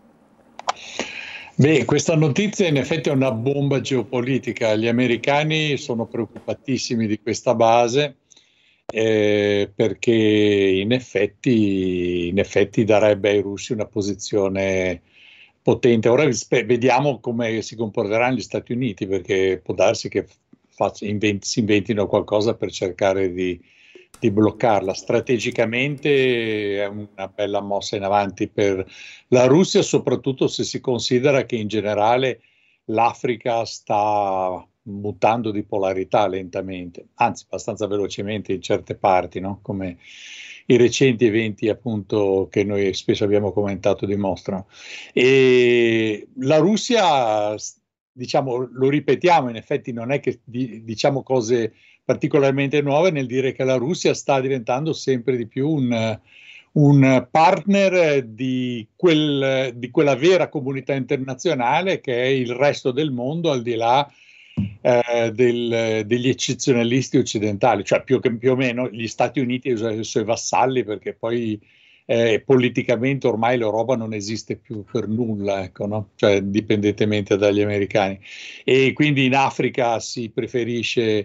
Beh, questa notizia in effetti è una bomba geopolitica. Gli americani sono preoccupatissimi di questa base perché in effetti darebbe ai russi una posizione potente. Ora vediamo come si comporteranno gli Stati Uniti, perché può darsi che si inventino qualcosa per cercare di bloccarla. Strategicamente è una bella mossa in avanti per la Russia, soprattutto se si considera che in generale l'Africa sta mutando di polarità lentamente, anzi abbastanza velocemente in certe parti, no? Come i recenti eventi appunto che noi spesso abbiamo commentato dimostrano. E la Russia, diciamo, lo ripetiamo, in effetti non è che diciamo cose particolarmente nuove nel dire che la Russia sta diventando sempre di più un partner di quella vera comunità internazionale che è il resto del mondo, al di là degli eccezionalisti occidentali, cioè più o meno gli Stati Uniti e i suoi vassalli, perché poi politicamente ormai l'Europa non esiste più per nulla, ecco, no? Cioè, indipendentemente dagli americani. E quindi in Africa si preferisce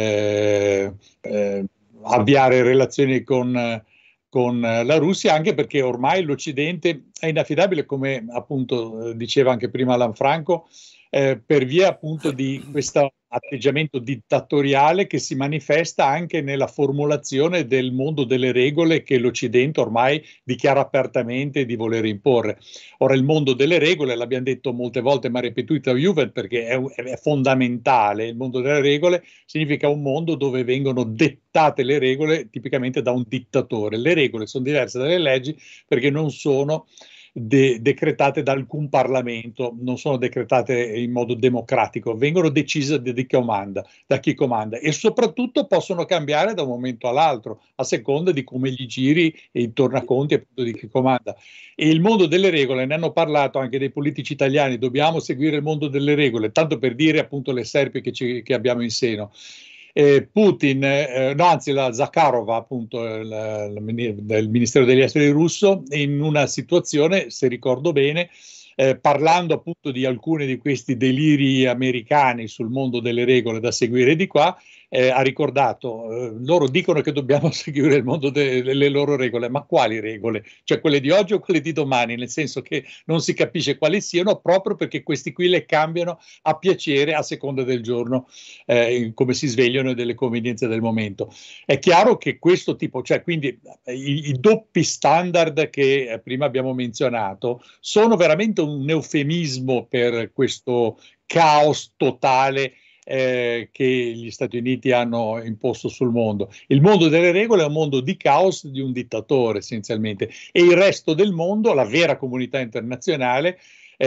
avviare relazioni con la Russia, anche perché ormai l'Occidente è inaffidabile, come appunto diceva anche prima Lanfranco, per via appunto di questo atteggiamento dittatoriale che si manifesta anche nella formulazione del mondo delle regole che l'Occidente ormai dichiara apertamente di voler imporre. Ora, il mondo delle regole, l'abbiamo detto molte volte, ma ripetuta Juven, perché è fondamentale. Il mondo delle regole significa un mondo dove vengono dettate le regole tipicamente da un dittatore. Le regole sono diverse dalle leggi perché non sono decretate da alcun Parlamento, non sono decretate in modo democratico, vengono decise da chi comanda, e soprattutto possono cambiare da un momento all'altro a seconda di come gli giri e i tornaconti appunto di chi comanda. E il mondo delle regole, ne hanno parlato anche dei politici italiani, dobbiamo seguire il mondo delle regole, tanto per dire appunto le serpi che abbiamo in seno. Putin, la Zakharova, appunto, del Ministero degli Esteri russo, in una situazione, se ricordo bene, parlando appunto di alcuni di questi deliri americani sul mondo delle regole da seguire di qua, ha ricordato, loro dicono che dobbiamo seguire il mondo delle loro regole, ma quali regole? Cioè quelle di oggi o quelle di domani? Nel senso che non si capisce quali siano, proprio perché questi qui le cambiano a piacere a seconda del giorno, come si svegliano e delle convenienze del momento. È chiaro che questo tipo, cioè quindi i doppi standard che prima abbiamo menzionato sono veramente un eufemismo per questo caos totale che gli Stati Uniti hanno imposto sul mondo. Il mondo delle regole è un mondo di caos di un dittatore essenzialmente, e il resto del mondo, la vera comunità internazionale,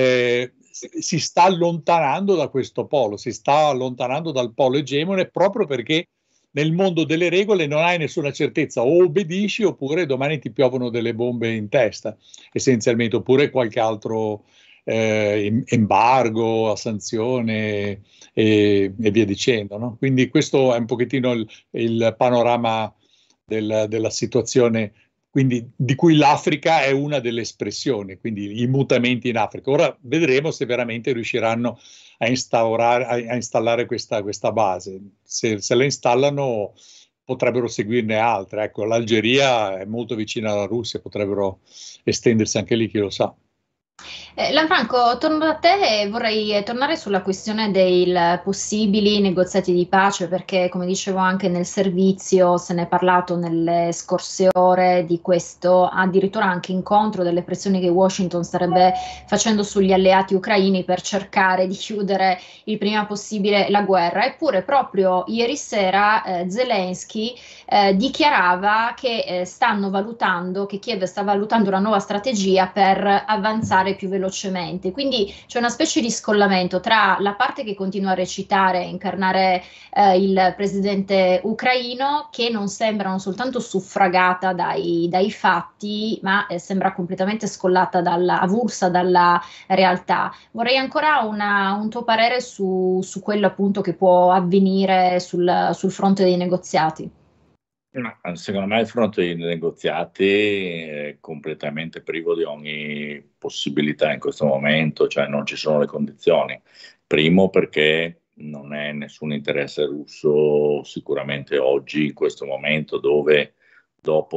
si sta allontanando da questo polo, si sta allontanando dal polo egemone, proprio perché nel mondo delle regole non hai nessuna certezza, o obbedisci oppure domani ti piovono delle bombe in testa, essenzialmente, oppure qualche altro embargo, a sanzione e via dicendo, no? Quindi questo è un pochettino il panorama della situazione, quindi, di cui l'Africa è una delle espressioni, quindi i mutamenti in Africa. Ora vedremo se veramente riusciranno a installare questa base. Se la installano potrebbero seguirne altre. Ecco, l'Algeria è molto vicina alla Russia, potrebbero estendersi anche lì, chi lo sa. Lanfranco, torno da te e vorrei tornare sulla questione dei possibili negoziati di pace, perché come dicevo anche nel servizio se ne è parlato nelle scorse ore di questo addirittura anche incontro, delle pressioni che Washington starebbe facendo sugli alleati ucraini per cercare di chiudere il prima possibile la guerra. Eppure proprio ieri sera Zelensky dichiarava che che Kiev sta valutando una nuova strategia per avanzare più velocemente, quindi c'è una specie di scollamento tra la parte che continua a recitare, incarnare il presidente ucraino, che non sembra non soltanto suffragata dai fatti, ma sembra completamente scollata avulsa dalla realtà. Vorrei ancora un tuo parere su quello appunto che può avvenire sul fronte dei negoziati. Secondo me il fronte dei negoziati è completamente privo di ogni possibilità in questo momento, cioè non ci sono le condizioni. Primo perché non è nessun interesse russo sicuramente oggi, in questo momento, dove dopo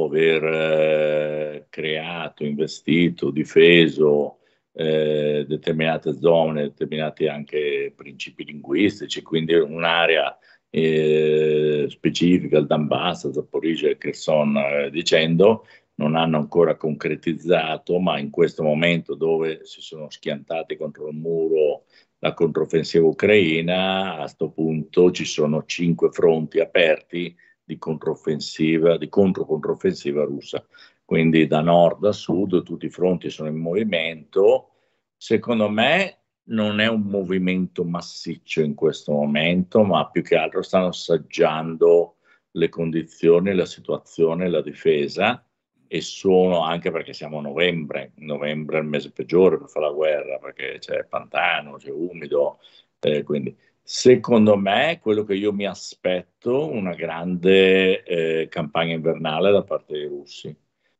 aver creato, investito, difeso determinate zone, determinati anche principi linguistici, quindi un'area specifica, il Donbass, il Zaporizhzhia e Kherson, dicendo, non hanno ancora concretizzato, ma in questo momento dove si sono schiantati contro il muro la controffensiva ucraina, a questo punto ci sono 5 fronti aperti di controffensiva, di controffensiva russa. Quindi da nord a sud tutti i fronti sono in movimento. Secondo me non è un movimento massiccio in questo momento, ma più che altro stanno assaggiando le condizioni, la situazione, la difesa, e sono, anche perché siamo a novembre è il mese peggiore per fare la guerra, perché c'è pantano, c'è umido, quindi secondo me quello che io mi aspetto una grande campagna invernale da parte dei russi.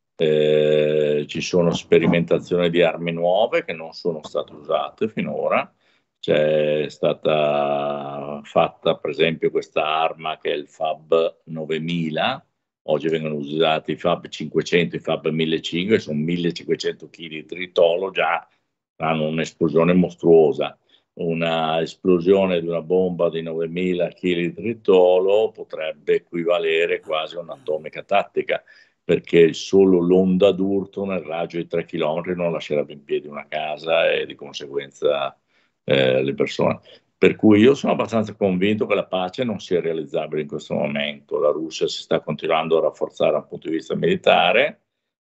Ci sono sperimentazioni di armi nuove che non sono state usate finora. C'è stata fatta per esempio questa arma che è il Fab 9000, oggi vengono usati i Fab 500, i Fab 1500, sono 1500 kg di tritolo, già hanno un'esplosione mostruosa. Una esplosione di una bomba di 9000 kg di tritolo potrebbe equivalere quasi a un'atomica tattica, perché solo l'onda d'urto nel raggio di 3 km non lascerebbe in piedi una casa e di conseguenza le persone. Per cui io sono abbastanza convinto che la pace non sia realizzabile in questo momento. La Russia si sta continuando a rafforzare dal punto di vista militare,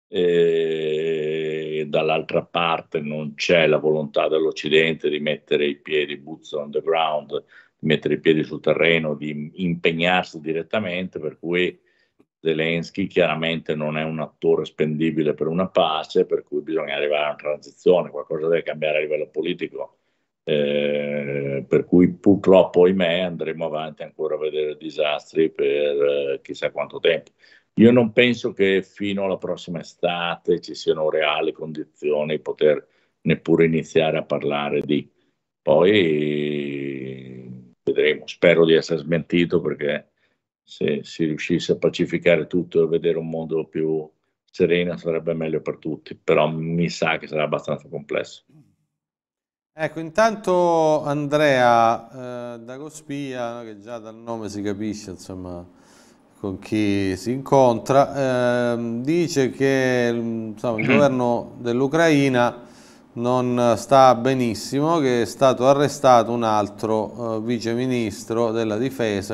e dall'altra parte non c'è la volontà dell'Occidente di mettere i piedi, boots on the ground, di mettere i piedi sul terreno, di impegnarsi direttamente, per cui Zelensky chiaramente non è un attore spendibile per una pace, per cui bisogna arrivare a una transizione, qualcosa deve cambiare a livello politico, per cui purtroppo, ahimè, andremo avanti ancora a vedere disastri per chissà quanto tempo. Io non penso che fino alla prossima estate ci siano reali condizioni di poter neppure iniziare a parlare di... Poi vedremo, spero di essere smentito, perché se si riuscisse a pacificare tutto e vedere un mondo più sereno sarebbe meglio per tutti, però mi sa che sarà abbastanza complesso. Ecco, intanto Andrea Dagospia, che già dal nome si capisce insomma con chi si incontra, dice che insomma, il governo dell'Ucraina non sta benissimo, che è stato arrestato un altro vice ministro della difesa,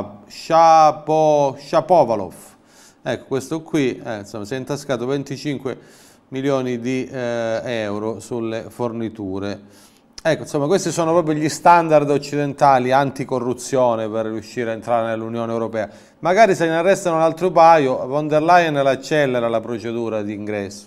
Shapovalov. Ecco, questo qui insomma, si è intascato 25 milioni di euro sulle forniture. Ecco, insomma, questi sono proprio gli standard occidentali anticorruzione per riuscire a entrare nell'Unione Europea. Magari se ne arrestano un altro paio, von der Leyen l'accelera la procedura di ingresso.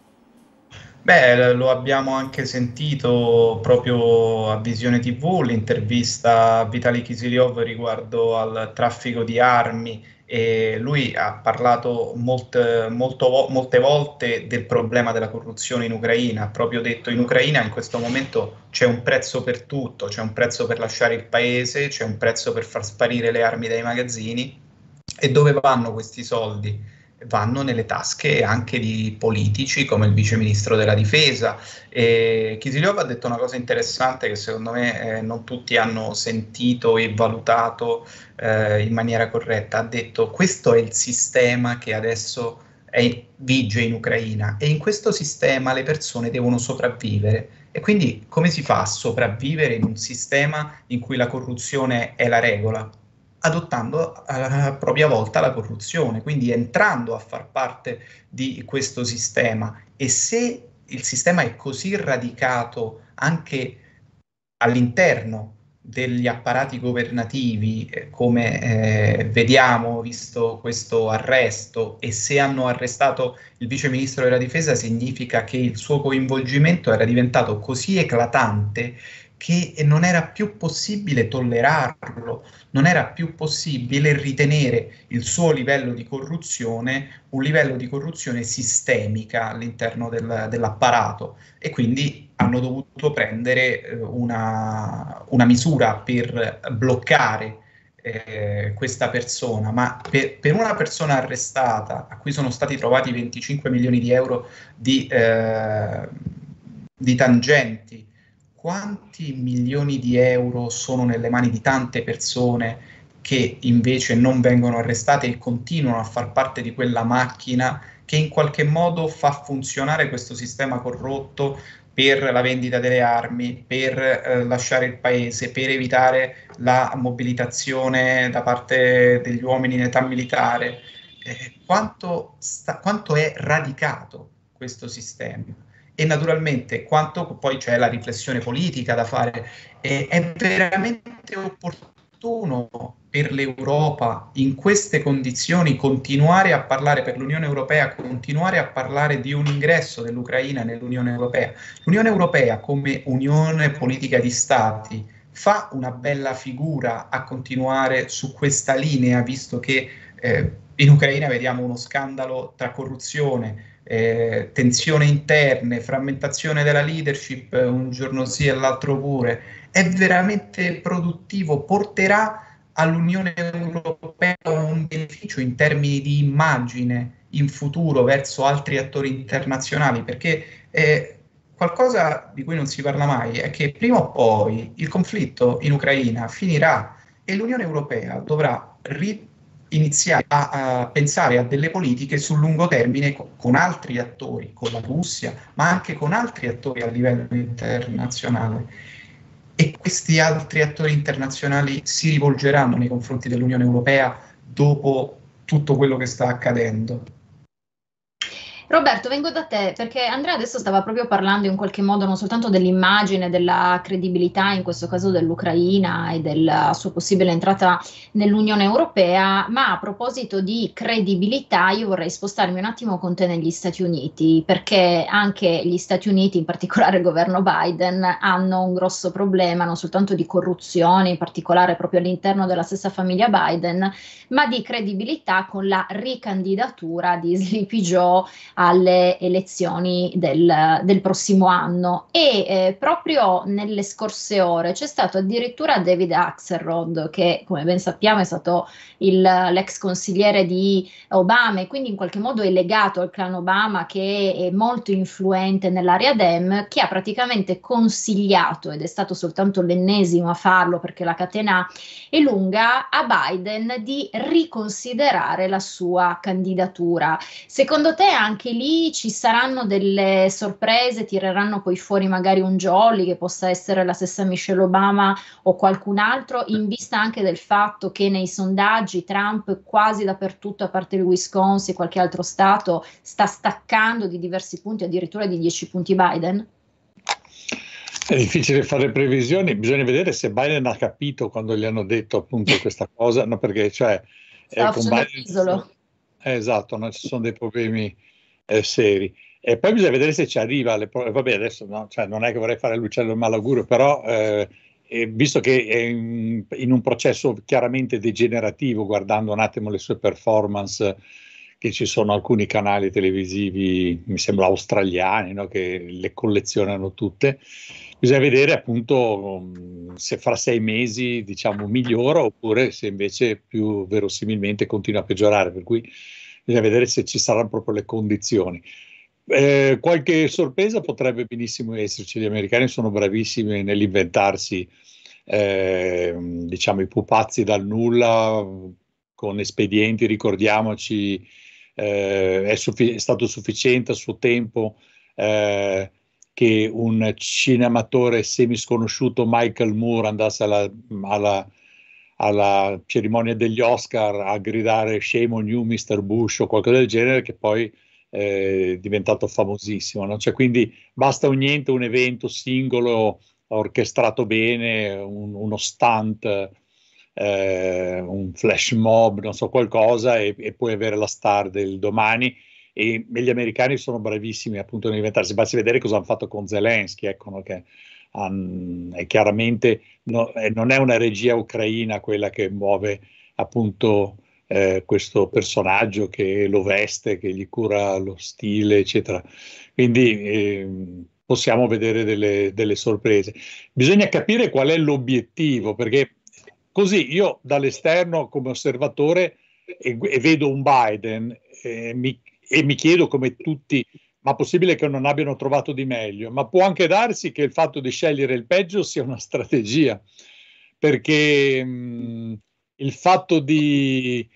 Beh, lo abbiamo anche sentito proprio a Visione TV, l'intervista a Vitali Kisylyov riguardo al traffico di armi, e lui ha parlato molte volte del problema della corruzione in Ucraina. Ha proprio detto: in Ucraina in questo momento c'è un prezzo per tutto, c'è un prezzo per lasciare il paese, c'è un prezzo per far sparire le armi dai magazzini. E dove vanno questi soldi? Vanno nelle tasche anche di politici come il vice ministro della difesa. Kisylyov ha detto una cosa interessante che secondo me non tutti hanno sentito e valutato in maniera corretta. Ha detto: questo è il sistema che adesso vige in Ucraina, e in questo sistema le persone devono sopravvivere. E quindi come si fa a sopravvivere in un sistema in cui la corruzione è la regola? Adottando a propria volta la corruzione, quindi entrando a far parte di questo sistema. E se il sistema è così radicato anche all'interno degli apparati governativi, come vediamo visto questo arresto, e se hanno arrestato il vice ministro della difesa, significa che il suo coinvolgimento era diventato così eclatante che non era più possibile tollerarlo, non era più possibile ritenere il suo livello di corruzione un livello di corruzione sistemica all'interno dell'apparato, e quindi hanno dovuto prendere una misura per bloccare questa persona. Ma per una persona arrestata, a cui sono stati trovati 25 milioni di euro di tangenti, quanti milioni di euro sono nelle mani di tante persone che invece non vengono arrestate e continuano a far parte di quella macchina che in qualche modo fa funzionare questo sistema corrotto per la vendita delle armi, per lasciare il paese, per evitare la mobilitazione da parte degli uomini in età militare? Quanto è radicato questo sistema? E naturalmente quanto poi c'è la riflessione politica da fare. È veramente opportuno per l'Europa in queste condizioni continuare a parlare, per l'Unione Europea continuare a parlare di un ingresso dell'Ucraina nell'Unione Europea? L'Unione Europea come unione politica di stati fa una bella figura a continuare su questa linea, visto che in Ucraina vediamo uno scandalo tra corruzione, tensioni interne, frammentazione della leadership, un giorno sì e l'altro pure. È veramente produttivo, porterà all'Unione Europea un beneficio in termini di immagine in futuro verso altri attori internazionali, perché qualcosa di cui non si parla mai è che prima o poi il conflitto in Ucraina finirà e l'Unione Europea dovrà iniziare a pensare a delle politiche sul lungo termine con altri attori, con la Russia, ma anche con altri attori a livello internazionale. E questi altri attori internazionali si rivolgeranno nei confronti dell'Unione Europea dopo tutto quello che sta accadendo. Roberto, vengo da te perché Andrea adesso stava proprio parlando in qualche modo non soltanto dell'immagine, della credibilità, in questo caso dell'Ucraina e della sua possibile entrata nell'Unione Europea, ma a proposito di credibilità io vorrei spostarmi un attimo con te negli Stati Uniti, perché anche gli Stati Uniti, in particolare il governo Biden, hanno un grosso problema non soltanto di corruzione, in particolare proprio all'interno della stessa famiglia Biden, ma di credibilità con la ricandidatura di Sleepy Joe alle elezioni del prossimo anno. E proprio nelle scorse ore c'è stato addirittura David Axelrod, che come ben sappiamo è stato l'ex consigliere di Obama e quindi in qualche modo è legato al clan Obama, che è molto influente nell'area Dem, che ha praticamente consigliato, ed è stato soltanto l'ennesimo a farlo perché la catena è lunga, a Biden di riconsiderare la sua candidatura. Secondo te anche lì ci saranno delle sorprese, tireranno poi fuori magari un jolly che possa essere la stessa Michelle Obama o qualcun altro, in vista anche del fatto che nei sondaggi Trump quasi dappertutto, a parte il Wisconsin e qualche altro stato, sta staccando di diversi punti, addirittura di 10 punti Biden? È difficile fare previsioni, bisogna vedere se Biden ha capito quando gli hanno detto appunto questa cosa, no, perché cioè con Biden, esatto, no, ci sono dei problemi seri. E poi bisogna vedere se ci arriva. Vabbè, adesso no, cioè, non è che vorrei fare l'uccello del malaugurio, però visto che è in un processo chiaramente degenerativo, guardando un attimo le sue performance, che ci sono alcuni canali televisivi, mi sembra australiani, no, che le collezionano tutte. Bisogna vedere appunto se fra 6 mesi diciamo migliora oppure se invece più verosimilmente continua a peggiorare, per cui bisogna vedere se ci saranno proprio le condizioni. Qualche sorpresa potrebbe benissimo esserci, gli americani sono bravissimi nell'inventarsi diciamo i pupazzi dal nulla con espedienti, ricordiamoci è stato sufficiente a suo tempo che un cinematore semisconosciuto, Michael Moore, andasse alla cerimonia degli Oscar a gridare "Shame on you, Mr. Bush" o qualcosa del genere, che poi è diventato famosissimo, no? Cioè, quindi basta un evento singolo orchestrato bene, uno stunt, un flash mob, non so, qualcosa, e puoi avere la star del domani. E gli americani sono bravissimi appunto nell'inventarsi, basta vedere cosa hanno fatto con Zelensky, ecco, no, che è chiaramente non è una regia ucraina quella che muove appunto questo personaggio che lo veste, che gli cura lo stile, eccetera. Quindi possiamo vedere delle sorprese. Bisogna capire qual è l'obiettivo, perché così io dall'esterno come osservatore e vedo un Biden e mi chiedo come tutti, ma possibile che non abbiano trovato di meglio? Ma può anche darsi che il fatto di scegliere il peggio sia una strategia, perché il fatto di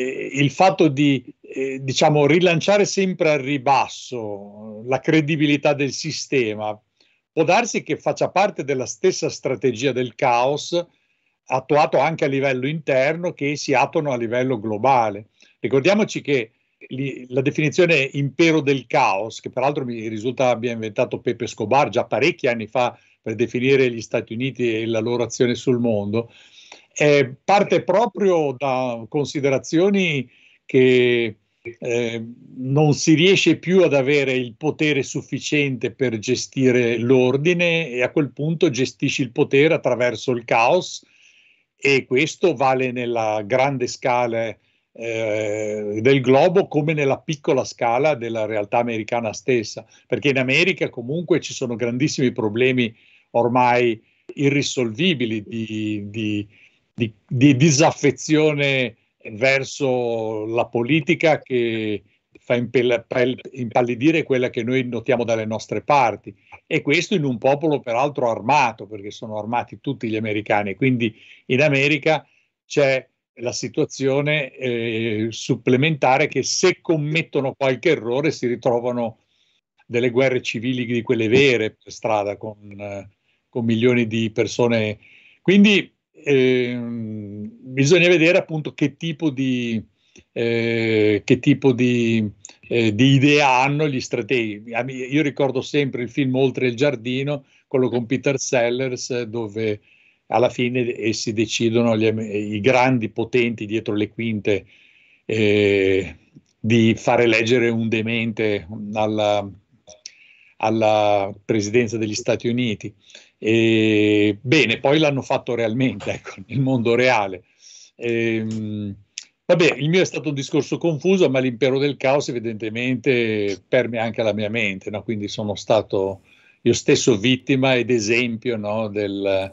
diciamo rilanciare sempre al ribasso la credibilità del sistema può darsi che faccia parte della stessa strategia del caos attuato anche a livello interno, che si attuano a livello globale. Ricordiamoci che la definizione impero del caos, che peraltro mi risulta abbia inventato Pepe Escobar già parecchi anni fa per definire gli Stati Uniti e la loro azione sul mondo, parte proprio da considerazioni che non si riesce più ad avere il potere sufficiente per gestire l'ordine, e a quel punto gestisci il potere attraverso il caos, e questo vale nella grande scala del globo come nella piccola scala della realtà americana stessa, perché in America comunque ci sono grandissimi problemi ormai irrisolvibili di disaffezione verso la politica, che fa impallidire quella che noi notiamo dalle nostre parti, e questo in un popolo peraltro armato, perché sono armati tutti gli americani, quindi in America c'è la situazione supplementare che se commettono qualche errore si ritrovano delle guerre civili di quelle vere per strada con milioni di persone. Quindi bisogna vedere appunto che tipo di idea hanno gli strateghi. Io ricordo sempre il film Oltre il giardino, quello con Peter Sellers, dove alla fine essi decidono, i grandi potenti dietro le quinte, di fare eleggere un demente alla presidenza degli Stati Uniti. Bene, poi l'hanno fatto realmente, ecco, nel mondo reale. Vabbè, il mio è stato un discorso confuso, ma l'impero del caos evidentemente permea anche la mia mente, no? Quindi sono stato io stesso vittima ed esempio, no, del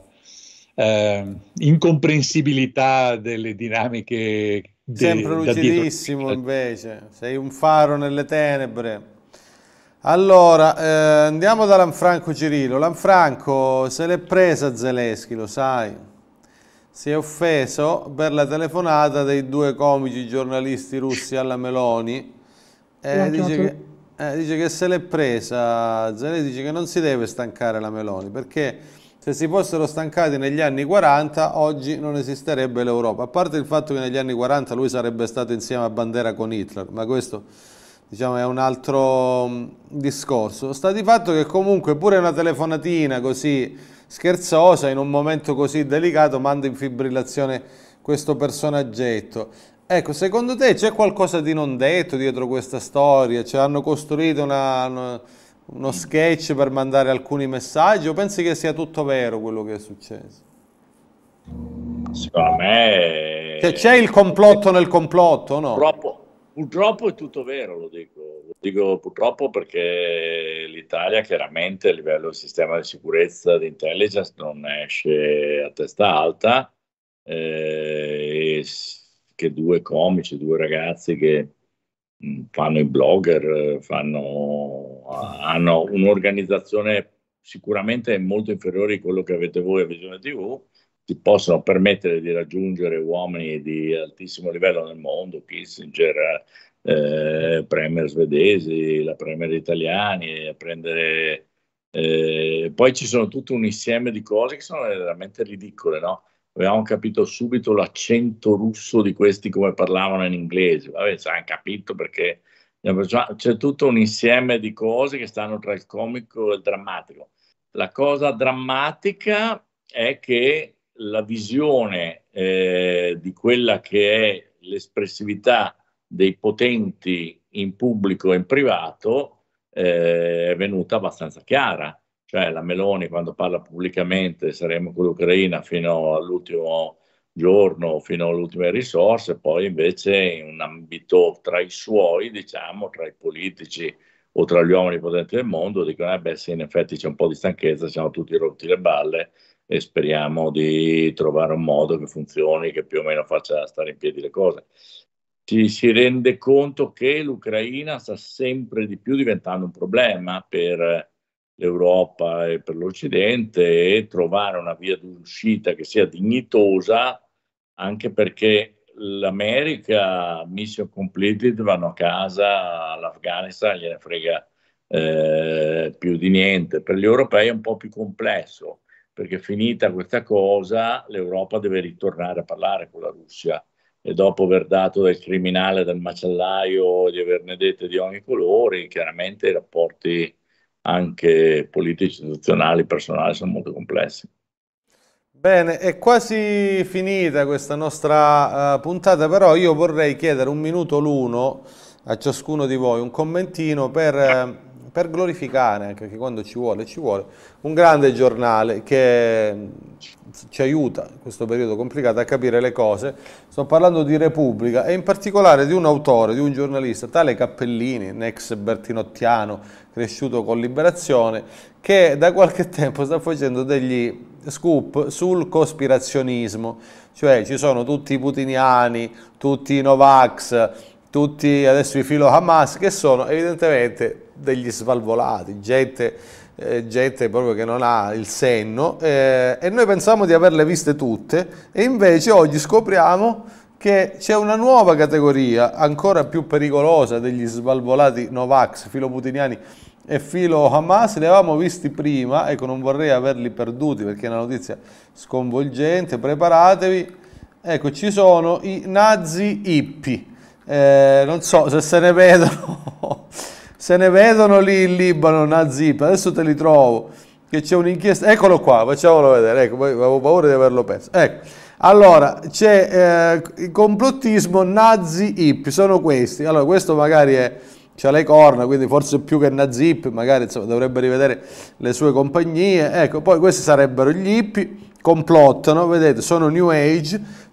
incomprensibilità delle dinamiche. Sempre lucidissimo invece, sei un faro nelle tenebre. Allora, andiamo da Lanfranco Cirillo. Lanfranco se l'è presa Zelensky, lo sai? Si è offeso per la telefonata dei due comici giornalisti russi alla Meloni. Dice che se l'è presa. Zelensky dice che non si deve stancare la Meloni, perché se si fossero stancati negli anni 40 oggi non esisterebbe l'Europa. A parte il fatto che negli anni 40 lui sarebbe stato insieme a Bandera con Hitler, ma questo diciamo è un altro discorso. Sta di fatto che comunque pure una telefonatina così scherzosa in un momento così delicato manda in fibrillazione questo personaggetto. Ecco, secondo te c'è qualcosa di non detto dietro questa storia? Cioè hanno costruito uno sketch per mandare alcuni messaggi o pensi che sia tutto vero quello che è successo? Secondo me... Cioè, c'è il complotto nel complotto, no? Purtroppo è tutto vero, lo dico. Lo dico purtroppo perché l'Italia chiaramente a livello del sistema di sicurezza di intelligence non esce a testa alta, e che due comici, due ragazzi che fanno i blogger, hanno un'organizzazione sicuramente molto inferiore a quello che avete voi a Visione TV, si possono permettere di raggiungere uomini di altissimo livello nel mondo, Kissinger, premier svedesi, la premier italiani, a prendere... poi ci sono tutto un insieme di cose che sono veramente ridicole, no? Avevamo capito subito l'accento russo di questi come parlavano in inglese, vabbè, ci hanno capito perché c'è tutto un insieme di cose che stanno tra il comico e il drammatico. La cosa drammatica è che la visione di quella che è l'espressività dei potenti in pubblico e in privato è venuta abbastanza chiara. Cioè la Meloni quando parla pubblicamente saremo con l'Ucraina fino all'ultimo giorno, fino alle ultime risorse, poi invece in un ambito tra i suoi, diciamo, tra i politici o tra gli uomini potenti del mondo, dicono beh sì, in effetti c'è un po' di stanchezza, siamo tutti rotti le balle e speriamo di trovare un modo che funzioni, che più o meno faccia stare in piedi le cose. Ci si rende conto che l'Ucraina sta sempre di più diventando un problema per l'Europa e per l'Occidente, e trovare una via d'uscita che sia dignitosa, anche perché l'America, mission completed, vanno a casa, all'Afghanistan gliene frega più di niente. Per gli europei è un po' più complesso, perché finita questa cosa l'Europa deve ritornare a parlare con la Russia, e dopo aver dato del criminale, del macellaio, di averne dette di ogni colore, chiaramente i rapporti anche politici, istituzionali, personali sono molto complessi. Bene, è quasi finita questa nostra puntata, però io vorrei chiedere un minuto l'uno a ciascuno di voi, un commentino per glorificare, anche che quando ci vuole, un grande giornale che ci aiuta in questo periodo complicato a capire le cose. Sto parlando di Repubblica e in particolare di un autore, di un giornalista, tale Cappellini, un ex bertinottiano, cresciuto con Liberazione, che da qualche tempo sta facendo degli scoop sul cospirazionismo, cioè ci sono tutti i putiniani, tutti i Novax, tutti adesso i filo Hamas, che sono evidentemente degli svalvolati, gente proprio che non ha il senno, e noi pensiamo di averle viste tutte, e invece oggi scopriamo che c'è una nuova categoria ancora più pericolosa degli svalvolati Novax, filoputiniani e filo Hamas. Li avevamo visti prima, ecco, non vorrei averli perduti perché è una notizia sconvolgente, preparatevi. Ecco, ci sono i nazi hippie, non so se se ne vedono se ne vedono lì in Libano, nazi hippie. Adesso te li trovo, che c'è un'inchiesta, eccolo qua, facciamolo vedere, ecco, poi avevo paura di averlo perso, ecco. Allora, c'è il complottismo nazi hippie, sono questi. Allora, questo magari c'ha le corna, quindi forse più che nazi hippie, magari insomma, dovrebbe rivedere le sue compagnie. Ecco, poi questi sarebbero gli hippie, complottano, vedete, sono New Age,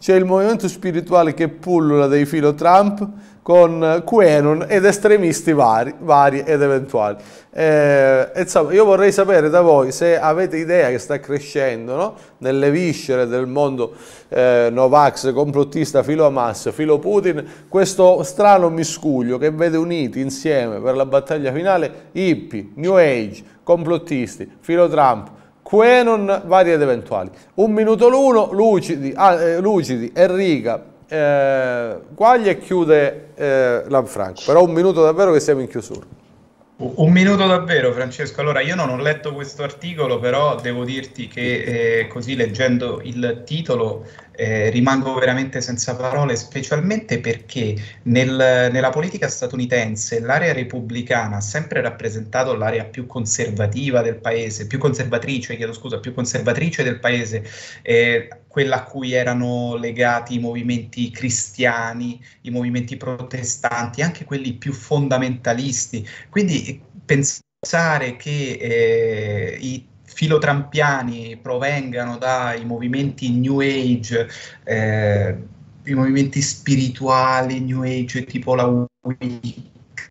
c'è il movimento spirituale che pullula dei filo Trump con QAnon ed estremisti vari ed eventuali. Insomma, io vorrei sapere da voi se avete idea che sta crescendo, no? Nelle viscere del mondo Novax, complottista, filo Hamas, filo Putin, questo strano miscuglio che vede uniti insieme per la battaglia finale hippie, New Age, complottisti, filo Trump, QAnon vari ed eventuali. Un minuto l'uno, lucidi, Enrica, Quaglia e chiude Lanfranco, però un minuto davvero che siamo in chiusura. Un minuto davvero, Francesco. Allora, io non ho letto questo articolo, però devo dirti che così leggendo il titolo rimango veramente senza parole, specialmente perché nella politica statunitense l'area repubblicana ha sempre rappresentato l'area più conservativa del paese, più conservatrice del paese, quella a cui erano legati i movimenti cristiani, i movimenti protestanti, anche quelli più fondamentalisti. Quindi pensare che i filotrampiani provengano dai movimenti New Age, i movimenti spirituali New Age tipo la Wicca.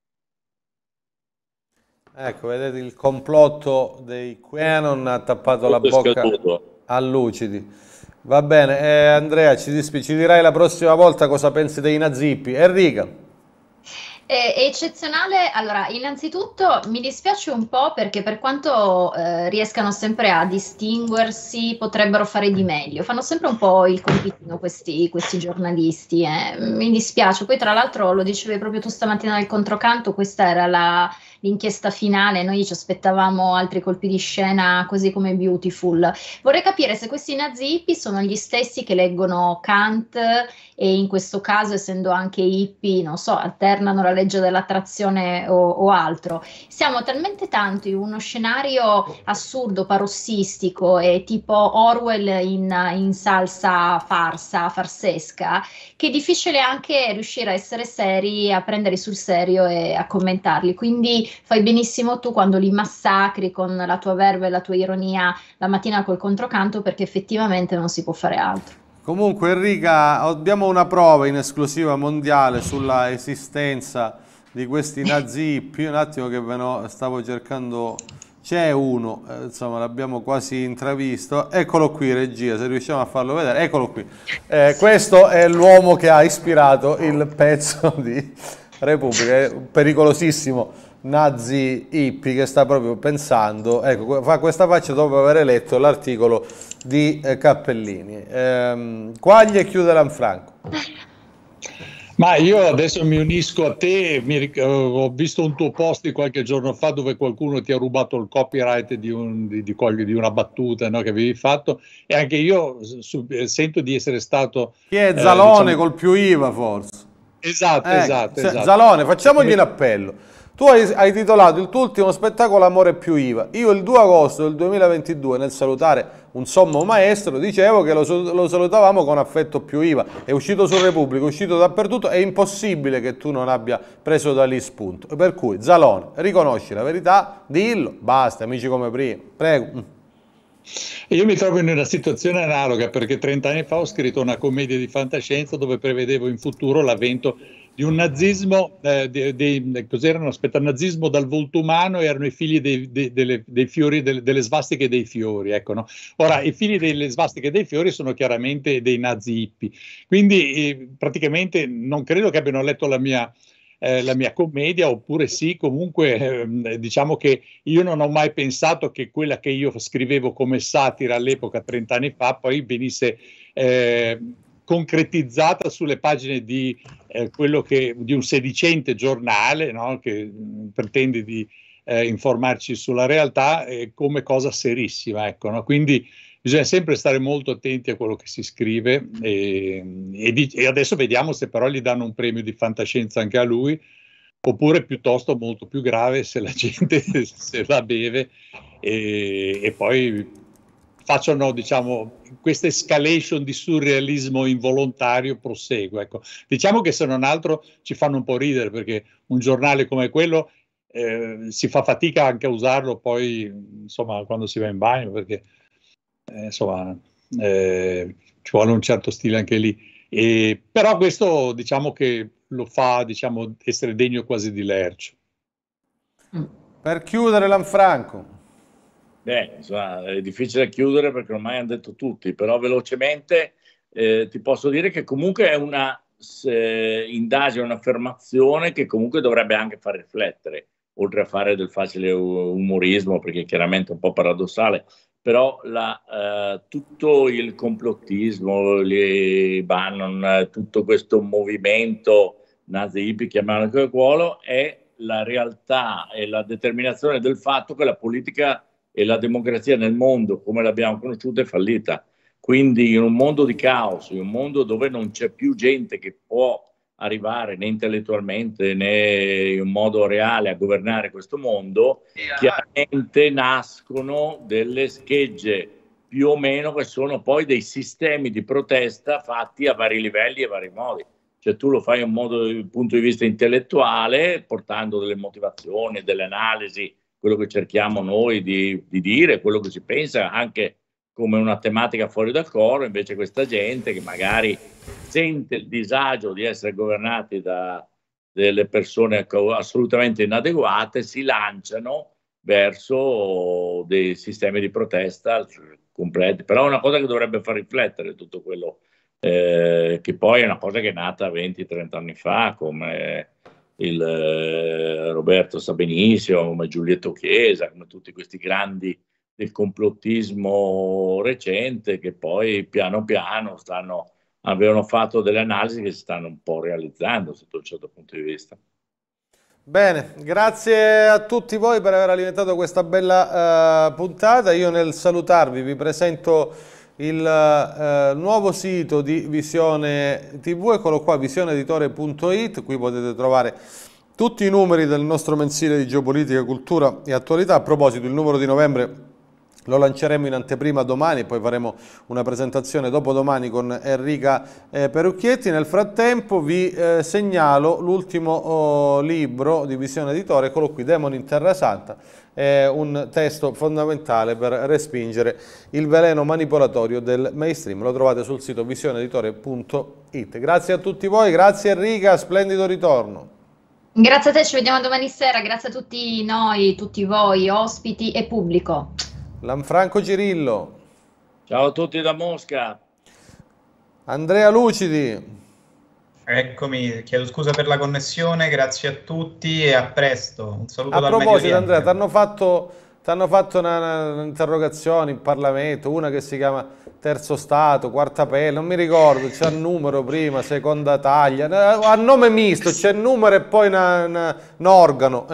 Ecco, vedete il complotto dei QAnon ha tappato la bocca a lucidi. Va bene, Andrea, ci dirai la prossima volta cosa pensi dei nazippi. Enrica. È eccezionale. Allora, innanzitutto mi dispiace un po' perché per quanto riescano sempre a distinguersi, potrebbero fare di meglio. Fanno sempre un po' il compitino questi giornalisti. Mi dispiace. Poi tra l'altro lo dicevi proprio tu stamattina nel controcanto, questa era l'inchiesta finale, noi ci aspettavamo altri colpi di scena così come Beautiful. Vorrei capire se questi nazi-hippie sono gli stessi che leggono Kant e in questo caso, essendo anche hippie, non so, alternano la legge dell'attrazione o altro. Siamo talmente tanto in uno scenario assurdo, parossistico e tipo Orwell in salsa farsesca, che è difficile anche riuscire a essere seri, a prenderli sul serio e a commentarli. Quindi fai benissimo tu quando li massacri con la tua verve e la tua ironia la mattina col controcanto, perché effettivamente non si può fare altro. Comunque Enrica, abbiamo una prova in esclusiva mondiale sulla esistenza di questi nazi-hippie. Un attimo che stavo cercando, c'è uno, insomma l'abbiamo quasi intravisto, eccolo qui regia, se riusciamo a farlo vedere, eccolo qui. Questo è l'uomo che ha ispirato il pezzo di Repubblica, è un pericolosissimo nazi hippie che sta proprio pensando, ecco, fa questa faccia dopo aver letto l'articolo di Cappellini. Quaglia e chiude Lanfranco. Ma io adesso mi unisco a te, ho visto un tuo post di qualche giorno fa dove qualcuno ti ha rubato il copyright di una battuta, no, che avevi fatto, e anche io sento di essere stato... Chi è Zalone col più IVA forse? Esatto. Zalone, facciamogli un appello. Tu hai titolato il tuo ultimo spettacolo Amore più IVA. Io il 2 agosto del 2022 nel salutare un sommo maestro dicevo che lo salutavamo con affetto più IVA. È uscito su Repubblica, è uscito dappertutto, è impossibile che tu non abbia preso da lì spunto. Per cui Zalone, riconosci la verità, dillo, basta, amici come prima, prego. Io mi trovo in una situazione analoga perché 30 anni fa ho scritto una commedia di fantascienza dove prevedevo in futuro l'avvento di un nazismo, cos'erano? Aspetta, nazismo dal volto umano, erano i figli dei fiori, delle svastiche dei fiori, ecco, no? Ora, i figli delle svastiche dei fiori sono chiaramente dei nazi hippie, quindi praticamente non credo che abbiano letto la mia commedia, oppure sì, comunque diciamo che io non ho mai pensato che quella che io scrivevo come satira all'epoca, 30 anni fa, poi venisse concretizzata sulle pagine di di un sedicente giornale, no? Che pretende di informarci sulla realtà come cosa serissima, ecco, no? Quindi bisogna sempre stare molto attenti a quello che si scrive e adesso vediamo se però gli danno un premio di fantascienza anche a lui, oppure piuttosto molto più grave se la gente se la beve e poi facciano, diciamo, questa escalation di surrealismo involontario prosegue. Ecco. Diciamo che se non altro ci fanno un po' ridere, perché un giornale come quello si fa fatica anche a usarlo poi, insomma, quando si va in bagno, perché insomma ci vuole un certo stile anche lì. Però questo diciamo che lo fa, diciamo, essere degno quasi di Lercio. Per chiudere, Lanfranco. Insomma, è difficile chiudere perché ormai hanno detto tutti, però velocemente ti posso dire che comunque è una indagine, un'affermazione che comunque dovrebbe anche far riflettere, oltre a fare del facile umorismo, perché chiaramente è un po' paradossale, però tutto il complottismo, gli Bannon, tutto questo movimento nazi-hippie, chiamiamolo come vuole, è la realtà e la determinazione del fatto che la politica e la democrazia nel mondo, come l'abbiamo conosciuta, è fallita. Quindi in un mondo di caos, in un mondo dove non c'è più gente che può arrivare né intellettualmente né in un modo reale a governare questo mondo, chiaramente nascono delle schegge più o meno che sono poi dei sistemi di protesta fatti a vari livelli e vari modi. Cioè tu lo fai in un modo, dal punto di vista intellettuale, portando delle motivazioni, delle analisi, quello che cerchiamo noi di dire, quello che si pensa anche come una tematica fuori dal coro. Invece questa gente che magari sente il disagio di essere governati da delle persone assolutamente inadeguate, si lanciano verso dei sistemi di protesta completi. Però è una cosa che dovrebbe far riflettere tutto quello, che poi è una cosa che è nata 20-30 anni fa, come Roberto sa benissimo, come Giulietto Chiesa, come tutti questi grandi del complottismo recente, che poi piano piano avevano fatto delle analisi che si stanno un po' realizzando sotto un certo punto di vista. Bene, grazie a tutti voi per aver alimentato questa bella puntata. Io nel salutarvi vi presento il nuovo sito di Visione TV, eccolo qua, visioneeditore.it. Qui potete trovare tutti i numeri del nostro mensile di geopolitica, cultura e attualità. A proposito, il numero di novembre lo lanceremo in anteprima domani, poi faremo una presentazione dopodomani con Enrica Perucchietti. Nel frattempo vi segnalo l'ultimo libro di Visione Editore, eccolo qui, Demoni in Terra Santa, è un testo fondamentale per respingere il veleno manipolatorio del mainstream. Lo trovate sul sito visioneeditore.it. Grazie a tutti voi, grazie Enrica, splendido ritorno. Grazie a te, ci vediamo domani sera, grazie a tutti noi, tutti voi, ospiti e pubblico. Lanfranco Cirillo. Ciao a tutti da Mosca. Andrea Lucidi. Eccomi, chiedo scusa per la connessione, grazie a tutti e a presto. Un saluto dal Medio A proposito, Oriente. Andrea, ti hanno fatto un'interrogazione in Parlamento, una che si chiama Terzo Stato, Quarta Pelle, non mi ricordo, c'è il numero prima, seconda taglia, a nome misto, c'è il numero e poi un organo.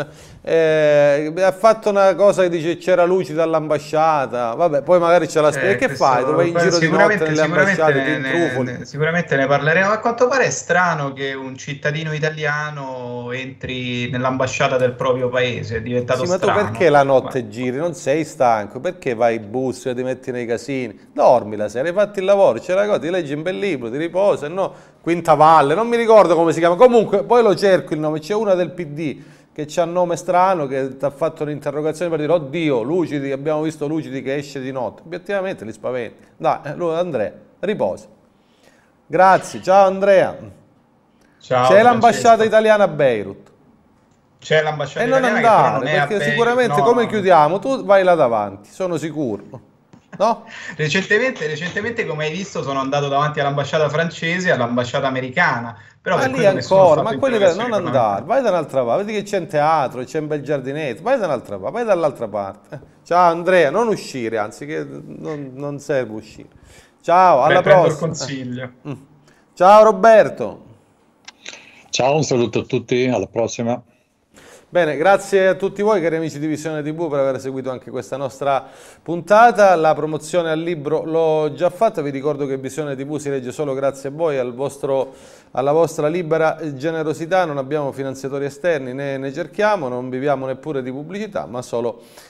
Ha fatto una cosa che dice c'era Lucidi all'ambasciata, vabbè, poi magari c'è la spiega. Che fai? Tu vai in giro di notte nelle ambasciate, ti intrufoli. Sicuramente ne parleremo. A quanto pare è strano che un cittadino italiano entri nell'ambasciata del proprio paese, è diventato sì, strano. Ma tu perché la notte giri? Non sei stanco? Perché vai in bus e ti metti nei casini? Dormi la sera, hai fatto il lavoro, c'è la cosa, ti leggi un bel libro, ti riposi, no? Quinta Valle, non mi ricordo come si chiama, comunque poi lo cerco il nome, c'è una del PD che c'ha un nome strano, che ti ha fatto un'interrogazione per dire oddio, Lucidi, abbiamo visto Lucidi che esce di notte. Obiettivamente li spaventi. Dai, Andrea, riposa. Grazie, ciao Andrea. Ciao, c'è l'ambasciata italiana a Beirut. C'è l'ambasciata italiana. E non andare, perché Beirut, sicuramente come chiudiamo, tu vai là davanti, sono sicuro. No? Recentemente, come hai visto, sono andato davanti all'ambasciata francese e all'ambasciata americana. Però ma lì ancora, ma quelli non andare, vai da un'altra parte, vedi che c'è un teatro, c'è un bel giardinetto, vai da un'altra parte, vai dall'altra parte. Ciao Andrea, non uscire, anzi che non serve uscire. Ciao, alla prossima. Prendo il consiglio. Ciao Roberto. Ciao, un saluto a tutti, alla prossima. Bene, grazie a tutti voi cari amici di Visione TV per aver seguito anche questa nostra puntata. La promozione al libro l'ho già fatta, vi ricordo che Visione TV si legge solo grazie a voi, alla vostra libera generosità, non abbiamo finanziatori esterni né ne cerchiamo, non viviamo neppure di pubblicità, ma solo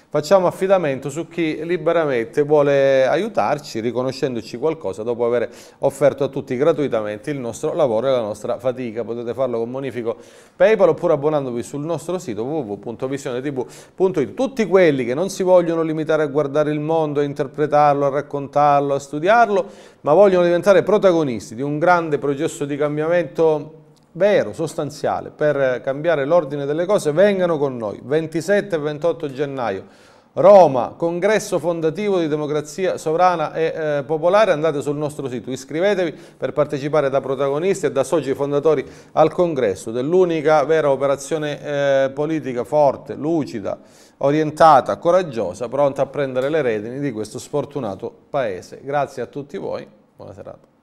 facciamo affidamento su chi liberamente vuole aiutarci, riconoscendoci qualcosa dopo aver offerto a tutti gratuitamente il nostro lavoro e la nostra fatica. Potete farlo con bonifico PayPal oppure abbonandovi sul nostro sito www.visionetv.it. Tutti quelli che non si vogliono limitare a guardare il mondo, a interpretarlo, a raccontarlo, a studiarlo, ma vogliono diventare protagonisti di un grande processo di cambiamento vero, sostanziale, per cambiare l'ordine delle cose, vengano con noi. 27 e 28 gennaio, Roma, congresso fondativo di democrazia sovrana e popolare. Andate sul nostro sito, iscrivetevi per partecipare da protagonisti e da soci fondatori al congresso dell'unica vera operazione politica forte, lucida, orientata, coraggiosa, pronta a prendere le redini di questo sfortunato paese. Grazie a tutti voi, buona serata.